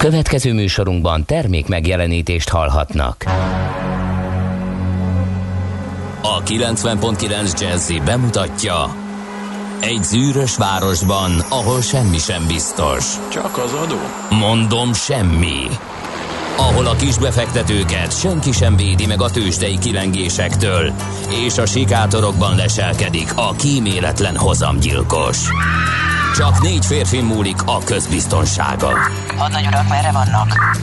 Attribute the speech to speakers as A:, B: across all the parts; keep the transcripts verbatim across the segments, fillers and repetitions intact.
A: Következő műsorunkban termék megjelenítést hallhatnak. A kilencven pont kilenc Jazzy bemutatja: egy zűrös városban, ahol semmi sem biztos.
B: Csak az adó?
A: Mondom, semmi. Ahol a kisbefektetőket senki sem védi meg a tőzsdei kilengésektől, és a sikátorokban leselkedik a kíméletlen hozamgyilkos. Csak négy férfi múlik a közbiztonsága.
C: Hadnagy urak, merre vannak?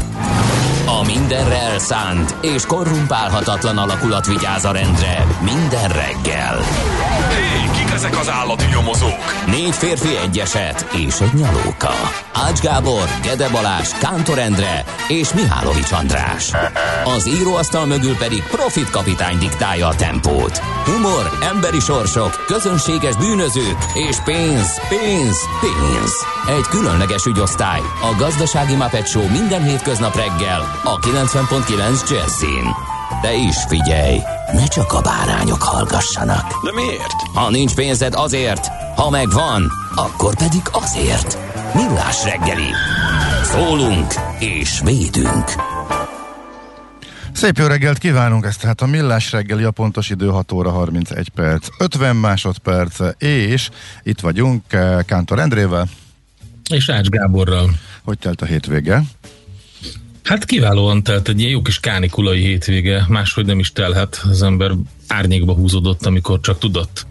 A: A mindenre elszánt és korrumpálhatatlan alakulat vigyáz a rendre minden reggel.
B: Hé, kik ezek az állati nyomozók?
A: Négy férfi, egy eset és egy nyalóka. Ács Gábor, Gede Balázs, Kántor Endre és Mihálovics András. Az íróasztal mögül pedig Profit kapitány diktálja a tempót. Humor, emberi sorsok, közönséges bűnözők és pénz, pénz, pénz. Egy különleges ügyosztály, a Gazdasági Muppet Show minden hétköznap reggel a kilencven pont kilenc Jazzyn. De is figyelj, ne csak a bárányok hallgassanak.
B: De miért?
A: Ha nincs pénzed, azért, ha megvan, akkor pedig azért. Millás reggeli. Szólunk és védünk.
D: Szép jó reggelt kívánunk, ez tehát a Millás reggeli, a pontos idő hat óra harmincegy perc, ötven másodperc, és itt vagyunk Kántor Endrével.
E: És Ács Gáborral.
D: Hogy telt a hétvége?
E: Hát kiválóan telt, egy ilyen jó kis kánikulai hétvége, máshogy nem is telhet, az ember árnyékba húzódott, amikor csak tudott.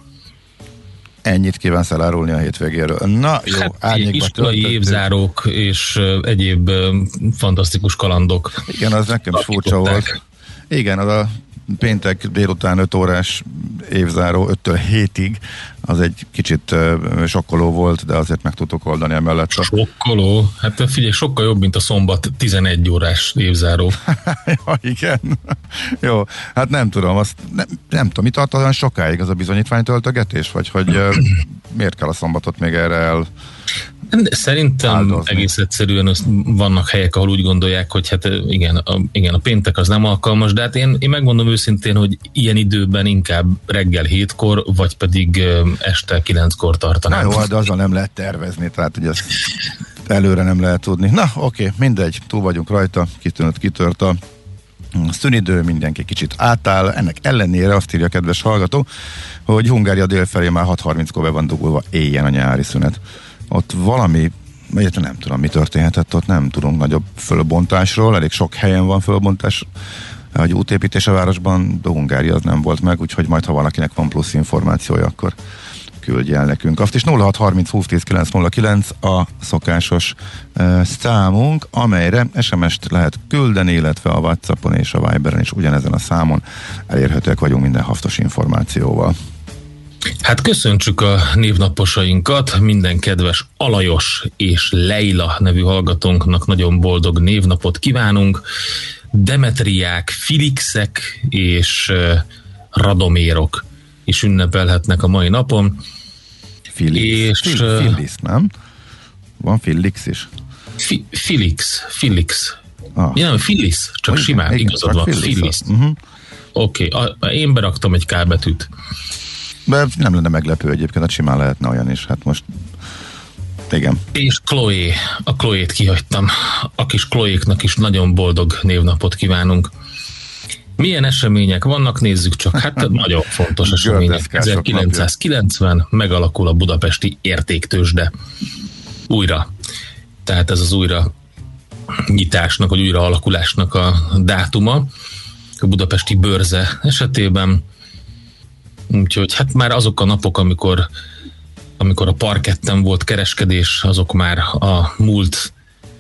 D: Ennyit kívánsz elárulni a hétvégéről. Na jó,
E: hát,
D: árnyékba
E: iskolai
D: töltöttük.
E: évzárók és uh, egyéb uh, fantasztikus kalandok.
D: Igen, az nekem is furcsa volt. Igen, az a péntek délután öt órás évzáró öttől hétig, az egy kicsit uh, sokkoló volt, de azért meg tudtuk oldani emellett.
E: Sokkoló? Hát figyelj, sokkal jobb, mint a szombat tizenegy órás évzáró.
D: Ja, igen. Jó, hát nem tudom, azt nem, nem tudom, mit tart olyan sokáig az a bizonyítványtöltögetés, vagy hogy uh, miért kell a szombatot még erre el
E: Szerintem
D: áldozni?
E: Egész egyszerűen az, vannak helyek, ahol úgy gondolják, hogy hát igen a, igen, a péntek az nem alkalmas, de hát én, én megmondom őszintén, hogy ilyen időben inkább reggel hétkor, vagy pedig este kilenckor tartanám.
D: Na jó, de azzal nem lehet tervezni, tehát ugye ezt előre nem lehet tudni. Na oké, mindegy, túl vagyunk rajta, kitört, kitört a szünidő, mindenki kicsit átáll, ennek ellenére azt írja a kedves hallgató, hogy Hungária délfelé már hat harminckor be van dugulva éjjel a nyári szünet. Ott valami, egyáltalán nem tudom, mi történhetett, ott nem tudunk nagyobb fölbontásról, elég sok helyen van fölbontás, hogy útépítés a városban, de Hungária az nem volt meg, úgyhogy majd, ha valakinek van plusz információja, akkor küldje el nekünk. Azt is nulla hat harminc húsz tíz kilenc nulla kilenc a szokásos uh, számunk, amelyre es em est lehet küldeni, illetve a WhatsAppon és a Viberen is ugyanezen a számon elérhetőek vagyunk minden hasznos információval.
E: Hát köszöntsük a névnaposainkat, minden kedves Alajos és Leila nevű hallgatónknak nagyon boldog névnapot kívánunk. Demetriák, Filixek és uh, Radomérok is ünnepelhetnek a mai napon.
D: Filix,
E: és,
D: Fil- Filix, nem? Van Filix is.
E: Fi- Filix, Filix.
D: Ah.
E: Ja, nem, Filix, csak
D: igen,
E: simán,
D: igen,
E: igazad van, Filix.
D: Uh-huh.
E: Oké, okay, én beraktam egy K betűt.
D: De nem lenne meglepő egyébként, hogy simán lehetne olyan is. Hát most igen.
E: És Chloe, a Chloe-t kihagytam. A kis Chloe-knak is nagyon boldog névnapot kívánunk. Milyen események vannak, nézzük csak. Hát nagyon fontos események. ezerkilencszázkilencven megalakul a budapesti értéktőzsde. Újra. Tehát ez az újra nyitásnak, vagy újra alakulásnak a dátuma. A budapesti bőrze esetében. Úgyhogy hát már azok a napok, amikor, amikor a parketten volt kereskedés, azok már a múlt,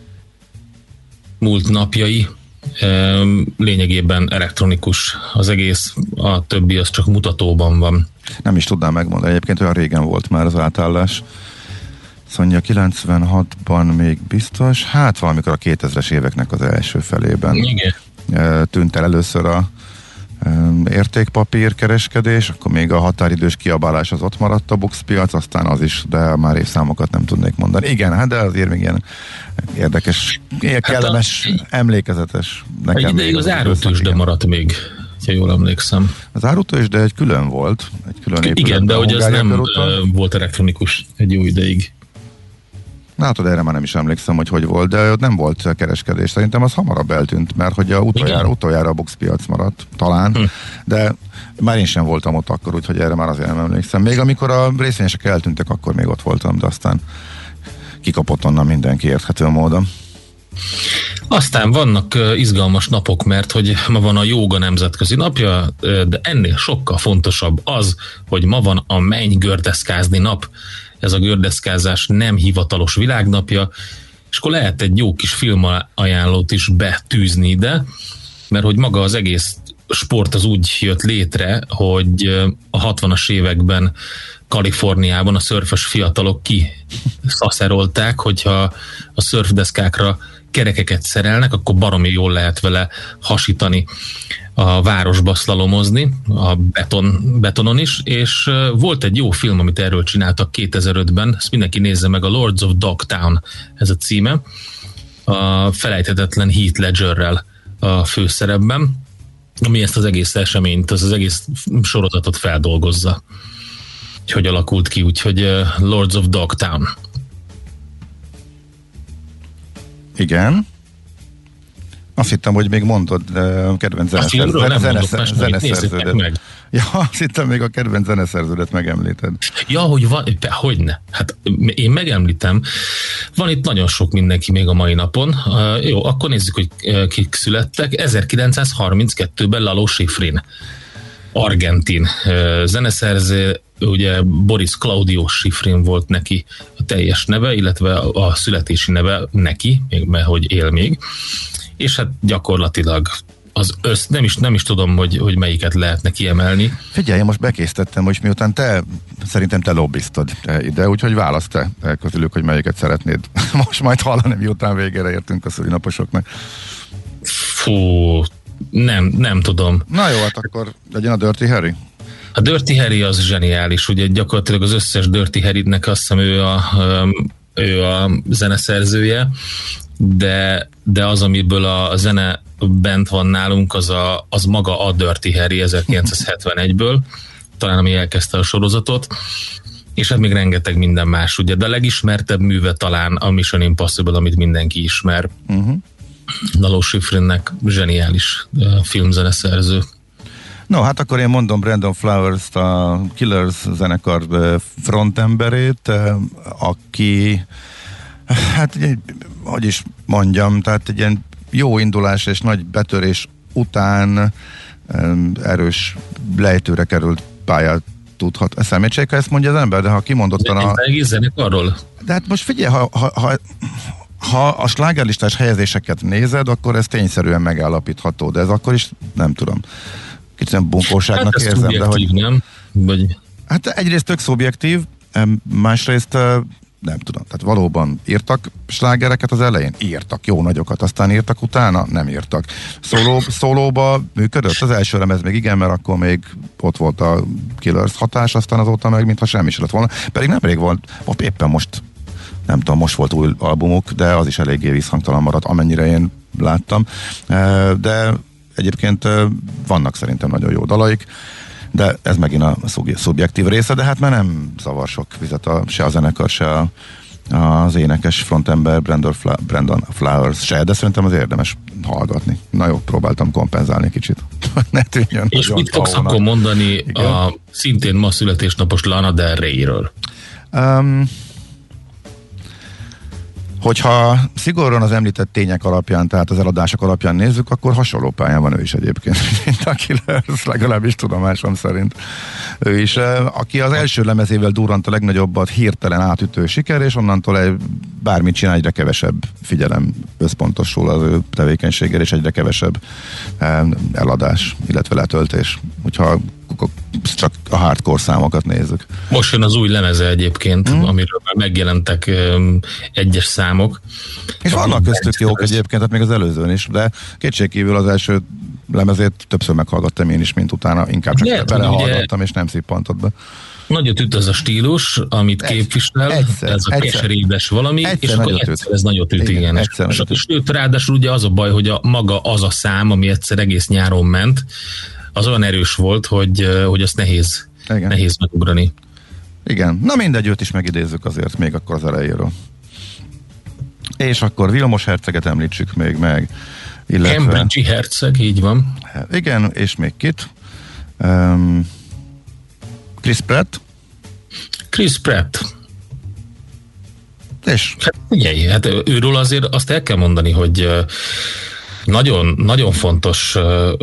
E: múlt napjai. Lényegében elektronikus az egész, a többi az csak mutatóban van.
D: Nem is tudnám megmondani, egyébként olyan régen volt már az átállás. Szóval kilencvenhatban még biztos, hát valamikor a kétezres éveknek az első felében.
E: Igen.
D: Tűnt el először a értékpapír kereskedés, akkor még a határidős kiabálás az ott maradt a buxpiac, aztán az is, de már évszámokat nem tudnék mondani. Igen, hát de azért még ilyen érdekes, ilyen kellemes, hát a, emlékezetes.
E: Nekem egy ideig az árutőzsde maradt még, ha jól emlékszem.
D: Az árutőzsde egy külön volt, egy külön épület.
E: Igen, de hogy az nem
D: körúton.
E: volt elektronikus egy jó ideig.
D: Látod, erre már nem is emlékszem, hogy hogy volt, de ott nem volt kereskedés. Szerintem az hamarabb eltűnt, mert hogy a utoljára, utoljára a boxpiac maradt, talán, hm. de már én sem voltam ott akkor, úgyhogy erre már azért nem emlékszem. Még amikor a részvényesek eltűntek, akkor még ott voltam, de aztán kikapott onnan mindenki érthető módon.
E: Aztán vannak izgalmas napok, mert hogy ma van a jóga nemzetközi napja, de ennél sokkal fontosabb az, hogy ma van a menj gördeszkázni nap. Ez a gördeszkázás nem hivatalos világnapja, és akkor lehet egy jó kis film ajánlót is betűzni ide, mert hogy maga az egész sport az úgy jött létre, hogy a hatvanas években Kaliforniában a szörfös fiatalok kiszaszerolták, hogyha a szörfdeszkákra kerekeket szerelnek, akkor baromi jól lehet vele hasítani a városba, szlalomozni, a beton, betonon is, és volt egy jó film, amit erről csináltak kétezer-ötben, ezt mindenki nézze meg, a Lords of Dogtown, ez a címe, a felejthetetlen Heath Ledgerrel a főszerepben, ami ezt az egész eseményt, az, az egész sorozatot feldolgozza. Hogy alakult ki, úgyhogy Lords of Dogtown.
D: Igen. Azt hittem, hogy még mondod uh, kedvenc zeneszerződet. Meg. Ja, azt hittem, még a kedvenc zeneszerződet megemlíted.
E: Ja, hogy van, hogyne. Hát én megemlítem. Van itt nagyon sok mindenki még a mai napon. Uh, jó, akkor nézzük, hogy uh, kik születtek. ezerkilencszázharminckettőben Lalo Schifrin, argentin uh, zeneszerző, ugye Boris Claudio Schifrin volt neki a teljes neve, illetve a, a születési neve neki, még mert hogy él még. És hát gyakorlatilag az össz, nem is, nem is tudom, hogy, hogy melyiket lehetne kiemelni.
D: Figyelj, én most bekészítettem, hogy miután te, szerintem te lobbiztad ide, úgyhogy választ te közülük, hogy melyiket szeretnéd. Most majd hallani, miután végére értünk a szülinaposoknak.
E: Fú, nem, nem tudom.
D: Na jó, hát akkor legyen a Dirty Harry.
E: A Dirty Harry az zseniális, ugye gyakorlatilag az összes Dirty Harrynek azt hiszem ő a, ő a zeneszerzője, de, de az, amiből a zene bent van nálunk, az, a, az maga a Dirty Harry ezerkilencszázhetvenegyből, talán ami elkezdte a sorozatot, és hát még rengeteg minden más, ugye, de a legismertebb műve talán a Mission Impossible, amit mindenki ismer. Uh-huh. Lalo Schifrinnek zseniális uh, filmzeneszerző.
D: No, hát akkor én mondom Brandon Flowers-t, a Killers zenekar frontemberét, aki, hát hogy is mondjam, tehát egy ilyen jó indulás és nagy betörés után erős lejtőre került pályát tudhat. Eszemét ha ezt mondja az ember, de ha kimondottan a...
E: egész zenekarról?
D: De hát most figyelj, ha, ha, ha ha a slágerlistás helyezéseket nézed, akkor ez tényszerűen megállapítható, de ez akkor is nem tudom. Kicsit bunkóságnak hát érzem, de hogy...
E: nem? Vagy...
D: Hát egyrészt tök szubjektív, másrészt nem tudom, tehát valóban írtak slágereket az elején? Írtak, jó nagyokat, aztán írtak utána? Nem írtak. Szóló, szólóba működött az első lemez még igen, mert akkor még ott volt a Killers hatás, aztán azóta meg mintha semmi se lett volna. Pedig nemrég volt, éppen most nem tudom, most volt új albumuk, de az is eléggé visszhangtalan maradt, amennyire én láttam. De egyébként vannak szerintem nagyon jó dalaik, de ez megint a szubjektív része, de hát már nem zavar sok vizet a, se a zenekar, se a, az énekes frontember Brandon, Fla- Brandon Flowers se, de szerintem az érdemes hallgatni. Na jó, próbáltam kompenzálni kicsit. Ne tűnjön.
E: És mit fogsz akkor mondani igen? A szintén ma születésnapos Lana Del Rey-ről? Um, Hogyha szigorúan az említett tények alapján, tehát az eladások alapján nézzük, akkor hasonló pályán van ő is egyébként, mint a Killers, legalábbis tudomásom szerint. Ő is, aki az első lemezével durrant a legnagyobbat, hirtelen átütő siker, és onnantól egy, bármit csinál, egyre kevesebb figyelem összpontosul az ő tevékenységére, és egyre kevesebb eladás, illetve letöltés. Hogyha csak a hardcore számokat nézzük. Most jön az új lemeze egyébként, hmm. amiről már megjelentek um, egyes számok.
D: És vannak köztük jók egyébként, tehát még az előzőn is, de kétségkívül az első lemezét többször meghallgattam én is, mint utána, inkább csak lehet, belehallgattam, és nem szippantott be.
E: Nagyot üt az a stílus, amit egy, képvisel, egyszer, ez a keserédes valami, egyszer és akkor egyszer üt. Ez nagyot üt, igen. igen. Egyszer és, és sőt, ráadásul ugye az a baj, hogy a, maga az a szám, ami egyszer egész nyáron ment, az olyan erős volt, hogy, hogy azt nehéz, nehéz megugrani.
D: Igen. Na mindegy, őt is megidézzük azért még akkor az elejéről. És akkor Vilmos herceget említsük még meg.
E: Illetve... Cambridge-i herceg, így van.
D: Igen, és még kit? Um, Chris Pratt.
E: Chris Pratt.
D: És?
E: Hát figyelj, hát őről azért azt el kell mondani, hogy nagyon, nagyon fontos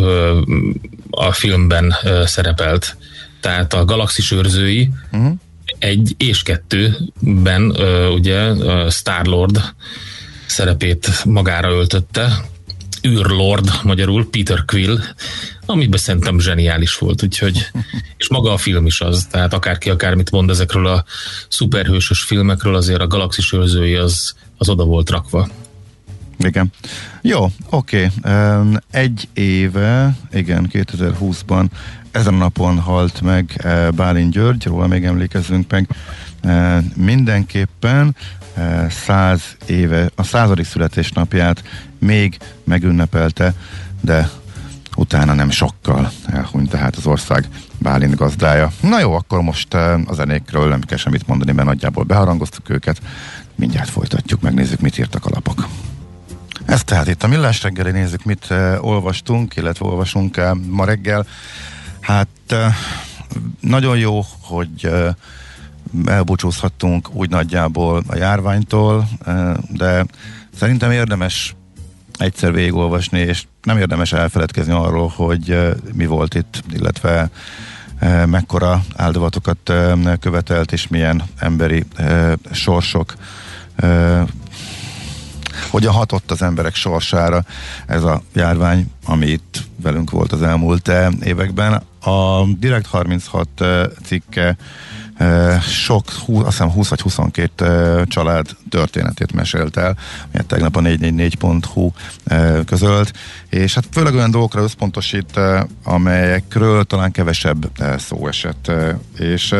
E: a filmben szerepelt. Tehát a Galaxis őrzői uh-huh. egy és kettőben ugye Star-Lord szerepét magára öltötte, űrlord magyarul, Peter Quill, amiben szerintem zseniális volt, úgyhogy, és maga a film is az, tehát akárki akármit mond ezekről a szuperhősös filmekről, azért a Galaxis őrzői az, az oda volt rakva.
D: Igen. Jó, oké. Okay. Egy éve, igen, kétezer-húszban ezen a napon halt meg Bálint György, róla még emlékezzünk meg mindenképpen. Száz éve, a századik születésnapját még megünnepelte, de utána nem sokkal elhunyt tehát az ország Bálint gazdája. Na jó, akkor most a zenékről nem kell semmit mondani, mert nagyjából beharangoztuk őket. Mindjárt folytatjuk, megnézzük, mit írtak a lapok. Ez tehát itt a Millás reggeli, nézzük, mit uh, olvastunk, illetve olvasunk uh, ma reggel. Hát uh, nagyon jó, hogy uh, elbúcsúzhattunk úgy nagyjából a járványtól, uh, de szerintem érdemes egyszer végigolvasni, és nem érdemes elfeledkezni arról, hogy uh, mi volt itt, illetve uh, mekkora áldozatokat uh, követelt, és milyen emberi uh, sorsok uh, hogyan hatott az emberek sorsára ez a járvány, ami itt velünk volt az elmúlt években. A Direkt harminchat cikke sok, azt hiszem húsz vagy huszonkét család történetét mesélt el, amit tegnap a négy négy négy pont hu közölt, és hát főleg olyan dolgokra összpontosít, amelyekről talán kevesebb szó esett, és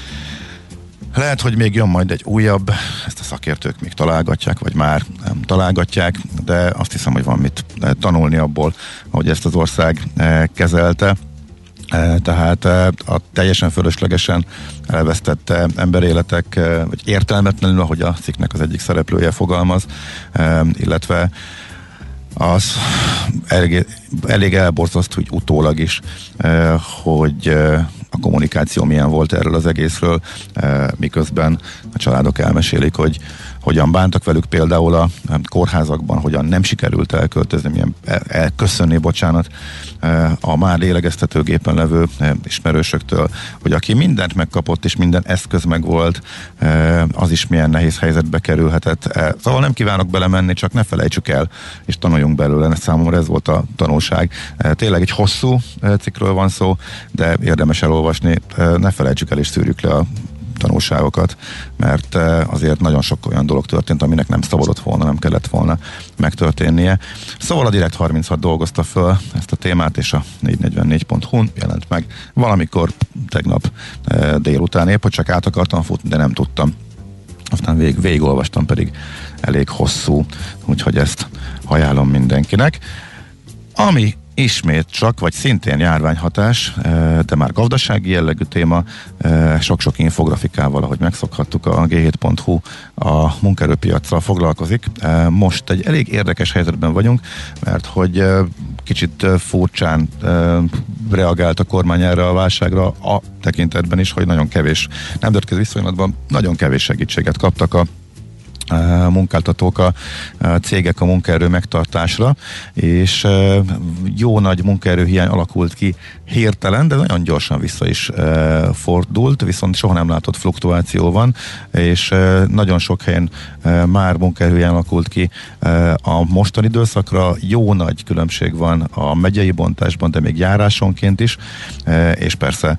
D: lehet, hogy még jön majd egy újabb, ezt a szakértők még találgatják, vagy már nem találgatják, de azt hiszem, hogy van mit tanulni abból, hogy ezt az ország kezelte. Tehát a teljesen fölöslegesen elvesztett emberéletek, vagy értelmetlenül, ahogy a cikknek az egyik szereplője fogalmaz, illetve az elég, elég elborzaszt, hogy utólag is, hogy a kommunikáció milyen volt erről az egészről, miközben a családok elmesélik, hogy hogyan bántak velük például a kórházakban, hogyan nem sikerült elköltözni, milyen elköszönni, bocsánat, a már lélegeztetőgépen levő ismerősöktől, hogy aki mindent megkapott, és minden eszköz megvolt, az is milyen nehéz helyzetbe kerülhetett. Szóval nem kívánok belemenni, csak ne felejtsük el, és tanuljunk belőle. Számomra ez volt a tanulság. Tényleg egy hosszú cikkről van szó, de érdemes elolvasni. Ne felejtsük el, és szűrjük le a tanulságokat, mert azért nagyon sok olyan dolog történt, aminek nem szabadott volna, nem kellett volna megtörténnie. Szóval a Direkt harminchat dolgozta föl ezt a témát, és a négy negyvennégy pont hu jelent meg valamikor tegnap délután, épp hogy csak át akartam futni, de nem tudtam. Aztán vég, végigolvastam, pedig elég hosszú, úgyhogy ezt ajánlom mindenkinek. Ami ismét csak, vagy szintén járványhatás, de már gazdasági jellegű téma, sok-sok infografikával, ahogy megszokhattuk, a gé hét pont hu a munkaerőpiaccal foglalkozik. Most egy elég érdekes helyzetben vagyunk, mert hogy kicsit furcsán reagált a kormány erre a válságra a tekintetben is, hogy nagyon kevés, nemzetközi viszonylatban nagyon kevés segítséget kaptak a a munkáltatók, a, a cégek a munkaerő megtartásra, és e, jó nagy munkaerőhiány alakult ki hirtelen, de nagyon gyorsan vissza is e, fordult, viszont soha nem látott fluktuáció van, és e, nagyon sok helyen e, már munkaerőhiány alakult ki e, a mostani időszakra. Jó nagy különbség van a megyei bontásban, de még járásonként is, e, és persze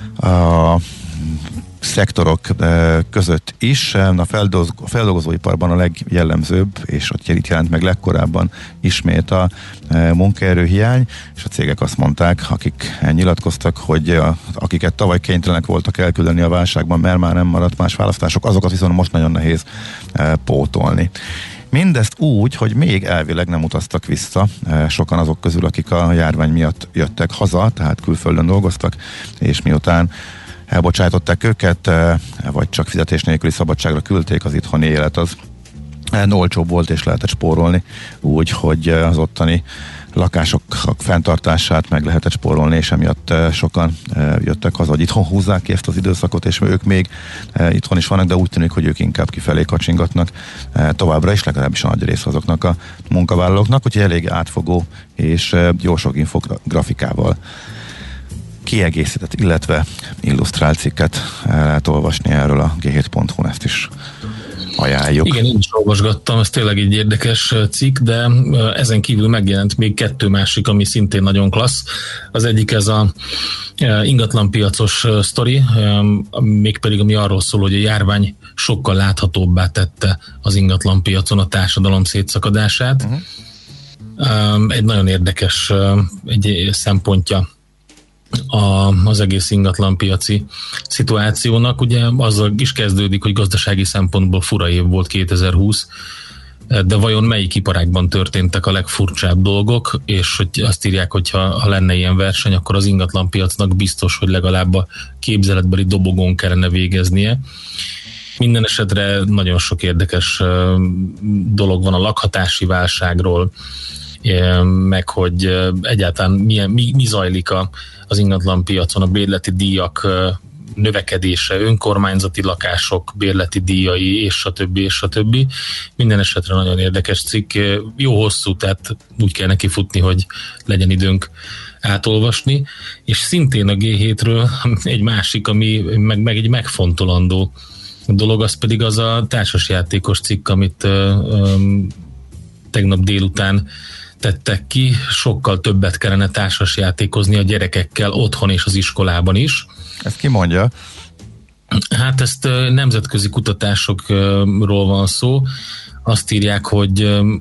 D: a szektorok között is. A feldolgozóiparban a legjellemzőbb, és ott itt jelent meg legkorábban ismét a munkaerőhiány, és a cégek azt mondták, akik nyilatkoztak, hogy a, akiket tavaly kénytelenek voltak elküldeni a válságban, mert már nem maradt más választások, azokat viszont most nagyon nehéz pótolni. Mindezt úgy, hogy még elvileg nem utaztak vissza sokan azok közül, akik a járvány miatt jöttek haza, tehát külföldön dolgoztak, és miután elbocsátották őket, vagy csak fizetés nélküli szabadságra küldték, az itthoni élet az olcsóbb volt és lehetett spórolni, úgy, hogy az ottani lakások fenntartását meg lehetett spórolni, és emiatt sokan jöttek haza, hogy itthon húzzák ki ezt az időszakot, és ők még itthon is vannak, de úgy tűnik, hogy ők inkább kifelé kacsingatnak továbbra is, legalábbis a nagy rész azoknak a munkavállalóknak, úgyhogy elég átfogó és jó sok infografikával kiegészített, illetve illusztrált cikket lehet olvasni erről a gé hét pont hu-n, ezt is ajánljuk.
E: Igen, én is olvasgattam, ez tényleg egy érdekes cikk, de ezen kívül megjelent még kettő másik, ami szintén nagyon klassz. Az egyik ez a ingatlanpiacos sztori, mégpedig ami arról szól, hogy a járvány sokkal láthatóbbá tette az ingatlanpiacon a társadalom szétszakadását. Uh-huh. Egy nagyon érdekes egy szempontja A, az egész ingatlanpiaci szituációnak. Ugye azzal is kezdődik, hogy gazdasági szempontból fura év volt kétezer-húsz, de vajon melyik iparágban történtek a legfurcsább dolgok, és hogy azt írják, hogy ha, ha lenne ilyen verseny, akkor az ingatlanpiacnak biztos, hogy legalább a képzeletbeli dobogón kellene végeznie. Minden esetre nagyon sok érdekes dolog van a lakhatási válságról, meg hogy egyáltalán milyen, mi, mi zajlik a, az ingatlan piacon, a bérleti díjak növekedése, önkormányzati lakások bérleti díjai, és a többi, és a többi. Minden esetre nagyon érdekes cikk, jó hosszú, tehát úgy kell neki futni, hogy legyen időnk átolvasni, és szintén a gé hétről egy másik, ami meg, meg egy megfontolandó dolog, az pedig az a társasjátékos cikk, amit ö, ö, tegnap délután tettek ki, sokkal többet kellene társasjátékozni a gyerekekkel otthon és az iskolában is.
D: Ezt ki mondja?
E: Hát ezt nemzetközi kutatásokról van szó. Azt írják, hogy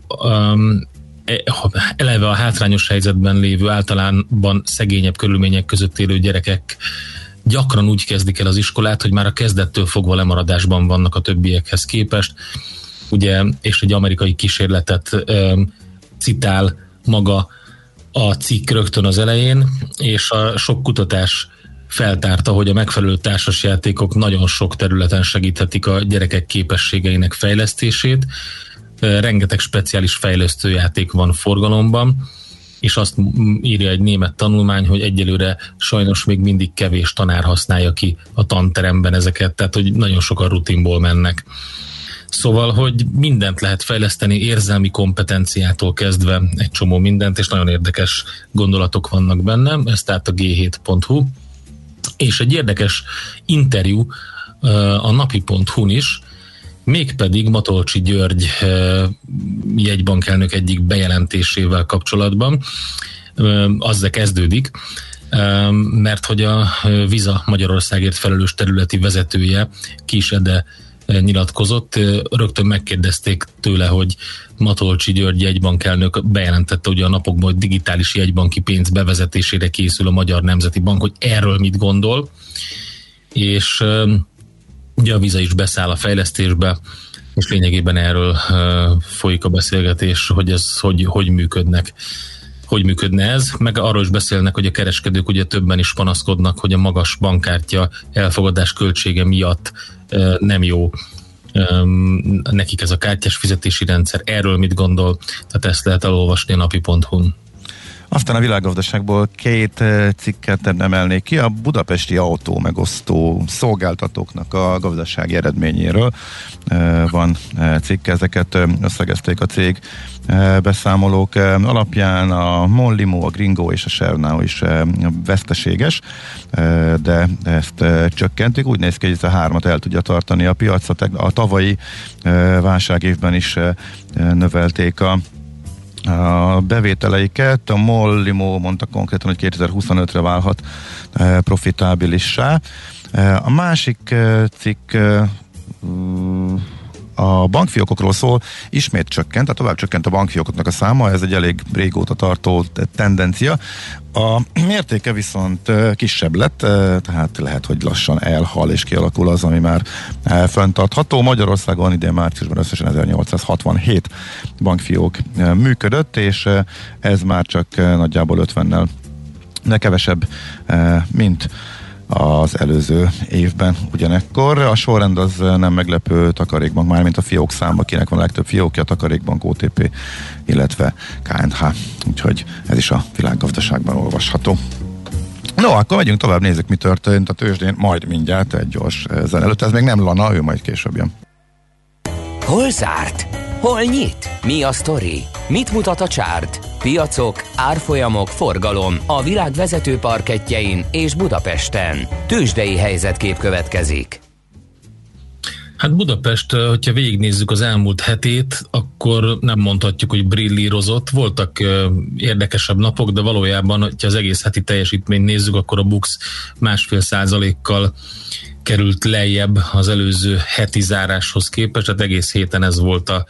E: um, eleve a hátrányos helyzetben lévő, általában szegényebb körülmények között élő gyerekek gyakran úgy kezdik el az iskolát, hogy már a kezdettől fogva lemaradásban vannak a többiekhez képest. Ugye, és egy amerikai kísérletet um, citál maga a cikk rögtön az elején, és a sok kutatás feltárta, hogy a megfelelő társasjátékok nagyon sok területen segíthetik a gyerekek képességeinek fejlesztését. Rengeteg speciális fejlesztőjáték van forgalomban, és azt írja egy német tanulmány, hogy egyelőre sajnos még mindig kevés tanár használja ki a tanteremben ezeket, tehát hogy nagyon sokan rutinból mennek. Szóval, hogy mindent lehet fejleszteni, érzelmi kompetenciától kezdve egy csomó mindent, és nagyon érdekes gondolatok vannak benne, ez tehát a gé hét pont hu. És egy érdekes interjú a napi pont hu-n is, mégpedig Matolcsy György jegybankelnök egyik bejelentésével kapcsolatban. Azzal kezdődik, mert hogy a Visa Magyarországért felelős területi vezetője, Kis Ede nyilatkozott. Rögtön megkérdezték tőle, hogy Matolcsy György jegybankelnök bejelentette ugye a napokban, hogy digitális jegybanki pénz bevezetésére készül a Magyar Nemzeti Bank, hogy erről mit gondol, és ugye a Visa is beszáll a fejlesztésbe, és lényegében erről folyik a beszélgetés, hogy ez hogy, hogy működnek. Hogy működne ez, meg arról is beszélnek, hogy a kereskedők ugye többen is panaszkodnak, hogy a magas bankkártya elfogadás költsége miatt nem jó nekik ez a kártyás fizetési rendszer. Erről mit gondol? Tehát ezt lehet elolvasni a napi pont hu-n.
D: Aztán a világgazdaságból két cikket emelnék ki, a budapesti autó megosztó szolgáltatóknak a gazdasági eredményéről van cikk, ezeket összegezték a cég beszámolók alapján. A Mollimo, a Gringo és a ShareNow is veszteséges, de ezt csökkentik. Úgy néz ki, hogy ez a hármat el tudja tartani a piac. A tavalyi válságévben is növelték a a bevételeiket. A Mollimo mondta konkrétan, hogy kétezer-huszonötre válhat profitábilissá. A másik cikk a bankfiókokról szól, ismét csökkent, tehát tovább csökkent a bankfiókoknak a száma, ez egy elég régóta tartó tendencia. A mértéke viszont kisebb lett, tehát lehet, hogy lassan elhal és kialakul az, ami már fenntartható. Magyarországon idén márciusban összesen ezernyolcszázhatvanhét bankfiók működött, és ez már csak nagyjából ötvennel ne kevesebb, mint az előző évben ugyanekkor. A sorrend az nem meglepő, Takarékbank, mármint a fiók számba, kinek van a legtöbb fiókja, Takarékbank, o té pé, illetve ká en há. Úgyhogy ez is a világgazdaságban olvasható. No, akkor megyünk tovább, nézzük, mi történt a tőzsdén, majd mindjárt egy gyors zene előtt. Ez még nem Lana, ő majd később jön.
A: Hol zárt? Hol nyit? Mi a sztori? Mit mutat a csárt? Piacok, árfolyamok, forgalom a világ vezető parkettjein és Budapesten. Tőzsdei helyzetkép következik.
E: Hát Budapest, hogyha végignézzük az elmúlt hetét, akkor nem mondhatjuk, hogy brillírozott. Voltak érdekesebb napok, de valójában, hogyha az egész heti teljesítményt nézzük, akkor a BUX másfél százalékkal került lejjebb az előző heti záráshoz képest, tehát egész héten ez volt a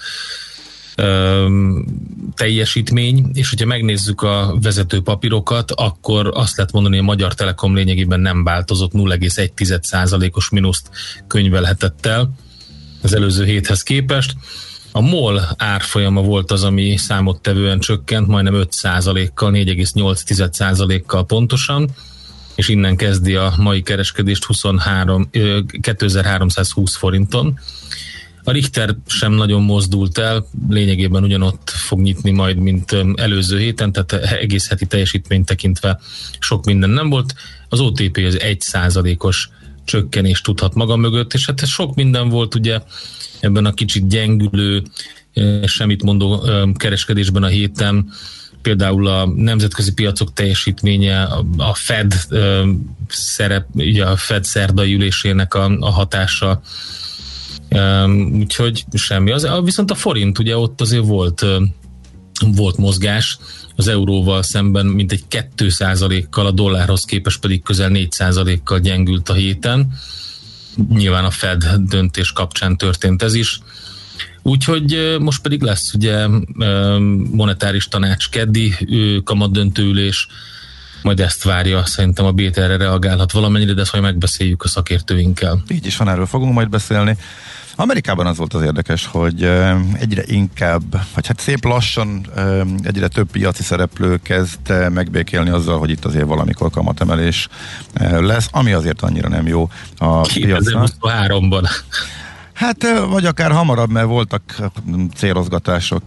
E: ö, teljesítmény, és hogyha megnézzük a vezető papírokat, akkor azt lehet mondani, hogy a Magyar Telekom lényegében nem változott, nulla egész egy százalékos mínuszt könyvelhetett el az előző héthez képest. A MOL árfolyama volt az, ami számottevően csökkent, majdnem öt százalékkal, négy egész nyolc százalékkal pontosan, és innen kezdi a mai kereskedést huszonhárom, kétezer-háromszázhúsz forinton. A Richter sem nagyon mozdult el, lényegében ugyanott fog nyitni majd, mint előző héten, tehát egész heti teljesítményt tekintve sok minden nem volt. Az o té pé az egy százalékos csökkenést tudhat maga mögött, és hát ez sok minden volt ugye ebben a kicsit gyengülő, semmit mondó kereskedésben a héten. Például a nemzetközi piacok teljesítménye, a Fed szerep, ugye a Fed szerdai ülésének a, a hatása, úgyhogy semmi. Az, viszont a forint, ugye ott azért volt, volt mozgás az euróval szemben, mintegy két százalékkal, a dollárhoz képest pedig közel négy százalékkal gyengült a héten. Nyilván a Fed döntés kapcsán történt ez is. Úgyhogy most pedig lesz ugye monetáris tanács keddi kamatdöntőülés, majd ezt várja, szerintem a bé té erre reagálhat valamennyire, de ezt majd megbeszéljük a szakértőinkkel.
D: Így is van, erről fogunk majd beszélni. Amerikában az volt az érdekes, hogy egyre inkább, vagy hát szép lassan egyre több piaci szereplő kezd megbékélni azzal, hogy itt azért valamikor kamatemelés lesz, ami azért annyira nem jó a piacnak.
E: kétezer-huszonháromban
D: Hát, vagy akár hamarabb, mert voltak célozgatások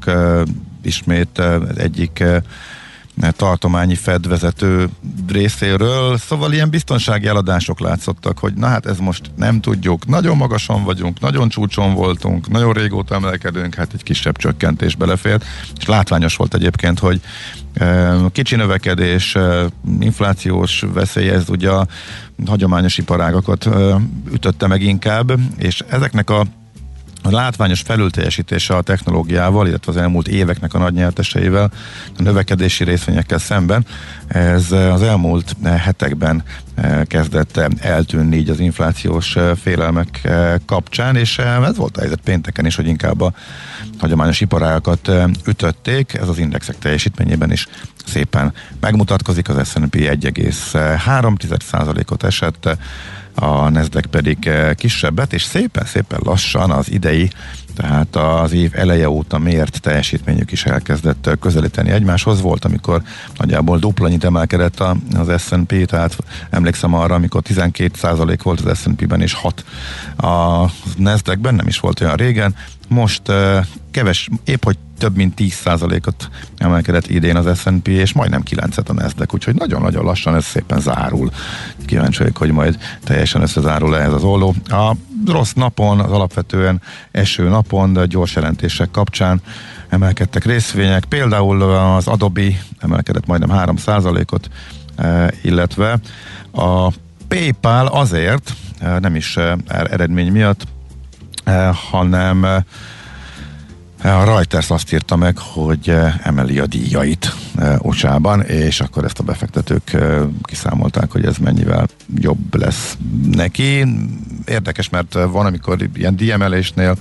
D: ismét egyik tartományi Fed vezető részéről, szóval ilyen biztonsági eladások látszottak, hogy na hát ez most nem tudjuk, nagyon magasan vagyunk, nagyon csúcson voltunk, nagyon régóta emelkedünk, hát egy kisebb csökkentés belefért, és látványos volt egyébként, hogy kicsi növekedés, inflációs veszély, ez ugye a hagyományos iparágakat ütötte meg inkább, és ezeknek a a látványos felülteljesítése a technológiával, illetve az elmúlt éveknek a nagy nyerteseivel, a növekedési részvényekkel szemben, ez az elmúlt hetekben kezdett eltűnni így az inflációs félelmek kapcsán, és ez volt a helyzet pénteken is, hogy inkább a hagyományos iparágakat ütötték, ez az indexek teljesítményében is szépen megmutatkozik, az es and pé egy egész három százalékot esett, a Nasdaq pedig kisebbet, és szépen-szépen lassan az idei, tehát az év eleje óta mért teljesítményük is elkezdett közelíteni egymáshoz. Volt, amikor nagyjából duplannyit emelkedett az es and pé, tehát emlékszem arra, amikor tizenkét százalék volt az es and pé-ben, és hat a Nasdaqben, nem is volt olyan régen. Most keves, épp hogy több mint tíz százalékot emelkedett idén az es and pé, és majdnem kilencet a Nasdaq, úgyhogy nagyon-nagyon lassan ez szépen zárul. Kíváncsi vagyok, hogy majd teljesen összezárul ehhez az olló. A rossz napon, az alapvetően eső napon, de gyors jelentések kapcsán emelkedtek részvények, például az Adobe emelkedett majdnem három százalékot, illetve a PayPal azért, nem is eredmény miatt, hanem a Reuters azt írta meg, hogy emeli a díjait o es á-ban, és akkor ezt a befektetők kiszámolták, hogy ez mennyivel jobb lesz neki. Érdekes, mert van, amikor ilyen díjemelésnél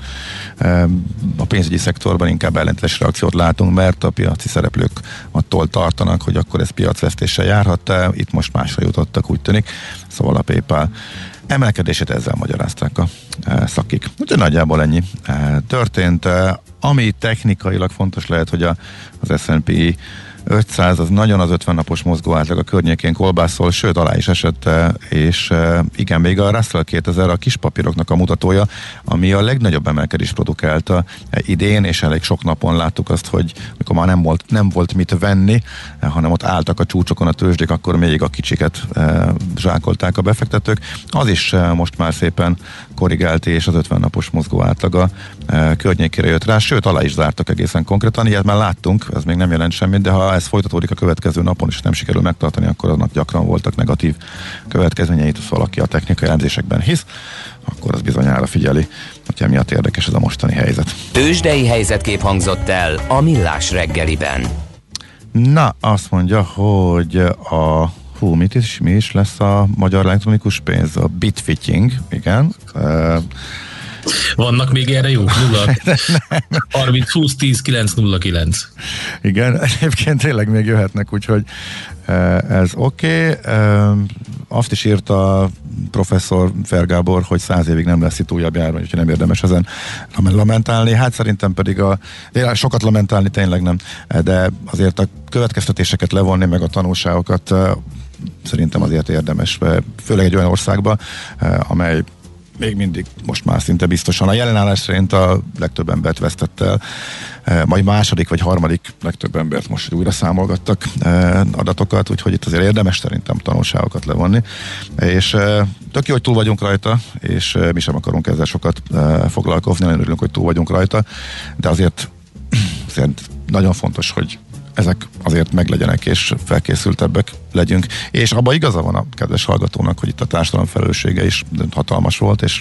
D: a pénzügyi szektorban inkább ellentétes reakciót látunk, mert a piaci szereplők attól tartanak, hogy akkor ez piacvesztéssel járhat, itt most másra jutottak, úgy tűnik. Szóval a PayPal emelkedését ezzel magyarázták a szakik. Úgyhogy nagyjából ennyi történt. Ami technikailag fontos lehet, hogy a, az es and pé ötszáz, az nagyon az ötven napos mozgó átlag a környékén kolbászol, sőt alá is esett, és igen, még a Russell kétezer a kis papíroknak a mutatója, ami a legnagyobb emelkedést produkálta idén, és elég sok napon láttuk azt, hogy mikor már nem volt, nem volt mit venni, hanem ott álltak a csúcsokon a tőzsdék, akkor még a kicsiket zsákolták a befektetők. Az is most már szépen korrigált, és az ötven napos mozgó átlaga környékére jött rá, sőt alá is zártak egészen konkrétan, ilyet már láttunk, ez még nem jelent semmit, de ha ez folytatódik a következő napon, és nem sikerül megtartani, akkor annak gyakran voltak negatív következményeit, ha valaki a technikai elemzésekben hisz, akkor az bizonyára figyeli, hogy emiatt érdekes ez a mostani helyzet.
A: Tőzsdei helyzetkép hangzott el a Millás reggeliben.
D: Na, azt mondja, hogy a hú, mit is, mi is lesz a magyar elektronikus pénz? A bitfitting, igen.
E: Vannak még erre jó? nulla harminc húsz tíz kilenc nulla kilenc.
D: Igen, egyébként tényleg még jöhetnek, úgyhogy ez oké. Okay. Azt is írta professzor Fergábor, hogy száz évig nem lesz itt újabb járvány, úgyhogy nem érdemes ezen lamentálni. Hát szerintem pedig a, sokat lamentálni tényleg nem, de azért a következtetéseket levonni, meg a tanulságokat szerintem azért érdemes, főleg egy olyan országban, amely még mindig most már szinte biztosan. A jelenállás szerint a legtöbb embert vesztett el, majd második vagy harmadik legtöbb embert most újra számolgattak adatokat, úgyhogy itt azért érdemes szerintem tanulságokat levonni. És tök jó, hogy túl vagyunk rajta, és mi sem akarunk ezzel sokat foglalkozni, nagyon örülünk, hogy túl vagyunk rajta, de azért, azért nagyon fontos, hogy ezek azért meglegyenek, és felkészültebbek legyünk. És abban igaza van a kedves hallgatónak, hogy itt a társadalom felelőssége is hatalmas volt, és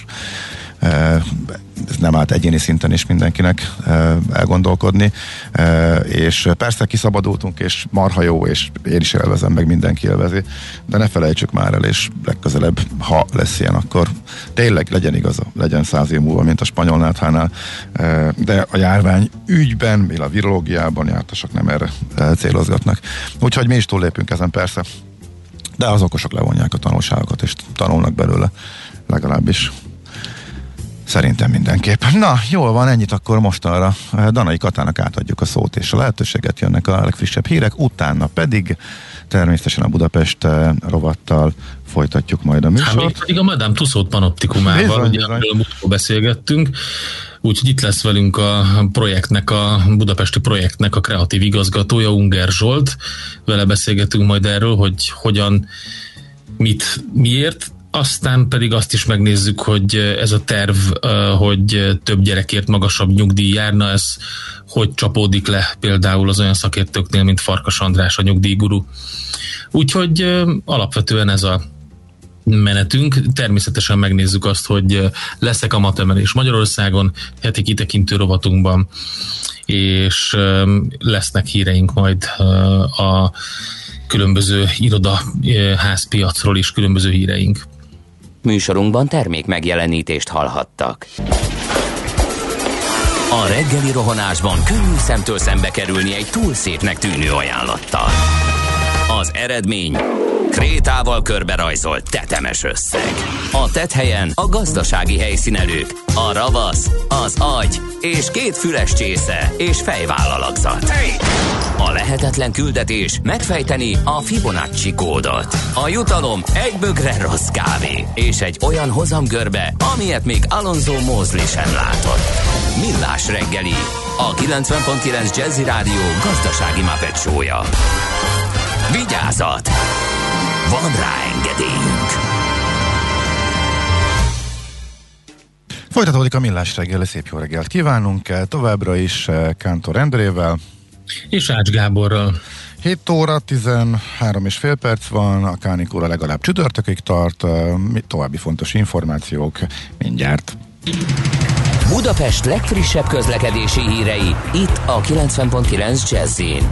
D: ez nem állt egyéni szinten is mindenkinek elgondolkodni, és persze kiszabadultunk, és marha jó, és én is élvezem, meg mindenki élvezi, de ne felejtsük már el, és legközelebb, ha lesz ilyen, akkor tényleg legyen igaza, legyen száz év múlva, mint a spanyol náthánál, de a járvány ügyben, a virológiában jártasak nem erre célozgatnak. Úgyhogy mi is túllépünk ezen persze, de az okosok levonják a tanulságokat, és tanulnak belőle legalábbis. Szerintem mindenképp. Na, jól van, ennyit akkor mostanra. Danai Katának átadjuk a szót és a lehetőséget, jönnek a legfrissebb hírek, utána pedig természetesen a Budapest rovattal folytatjuk majd a műsort.
E: Hát pedig a Madame Tussauds panoptikumával, bizony, ugye, bizony. Amiről beszélgettünk, úgyhogy itt lesz velünk a projektnek, a budapesti projektnek a kreatív igazgatója, Unger Zsolt. Vele beszélgetünk majd erről, hogy hogyan, mit, miért, aztán pedig azt is megnézzük, hogy ez a terv, hogy több gyerekért magasabb nyugdíj járna, ez hogy csapódik le például az olyan szakértőknél, mint Farkas András, a nyugdíjguru. Úgyhogy alapvetően ez a menetünk. Természetesen megnézzük azt, hogy lesz-e kamatemelés Magyarországon, heti kitekintő rovatunkban, és lesznek híreink majd a különböző irodaházpiacról is, különböző híreink.
A: Műsorunkban termék megjelenítést hallhattak. A reggeli rohanásban könnyű szemtől szembe kerülni egy túl szépnek tűnő ajánlattal. Az eredmény krétával körberajzolt tetemes összeg. A tetthelyen a gazdasági helyszínelők, a ravasz, az agy és két füles csésze és fejvállalakzat. A lehetetlen küldetés megfejteni a Fibonacci kódot. A jutalom egy bögre rossz kávé és egy olyan hozamgörbe, amilyet még Alonso Mosley sem látott. Millás reggeli, a kilencven pont kilenc Jazzy Rádió gazdasági Muppet show-ja. Vigyázat! Van rá engedélyünk!
D: Folytatódik a Millás reggeli, szép jó reggelt kívánunk, továbbra is Kántor Endrével
E: és Ács Gáborral.
D: hét óra tizenhárom és fél perc van, a kánikóra legalább csütörtökig tart, további fontos információk mindjárt.
A: Budapest legfrissebb közlekedési hírei, itt a kilencven pont kilenc Jazzin.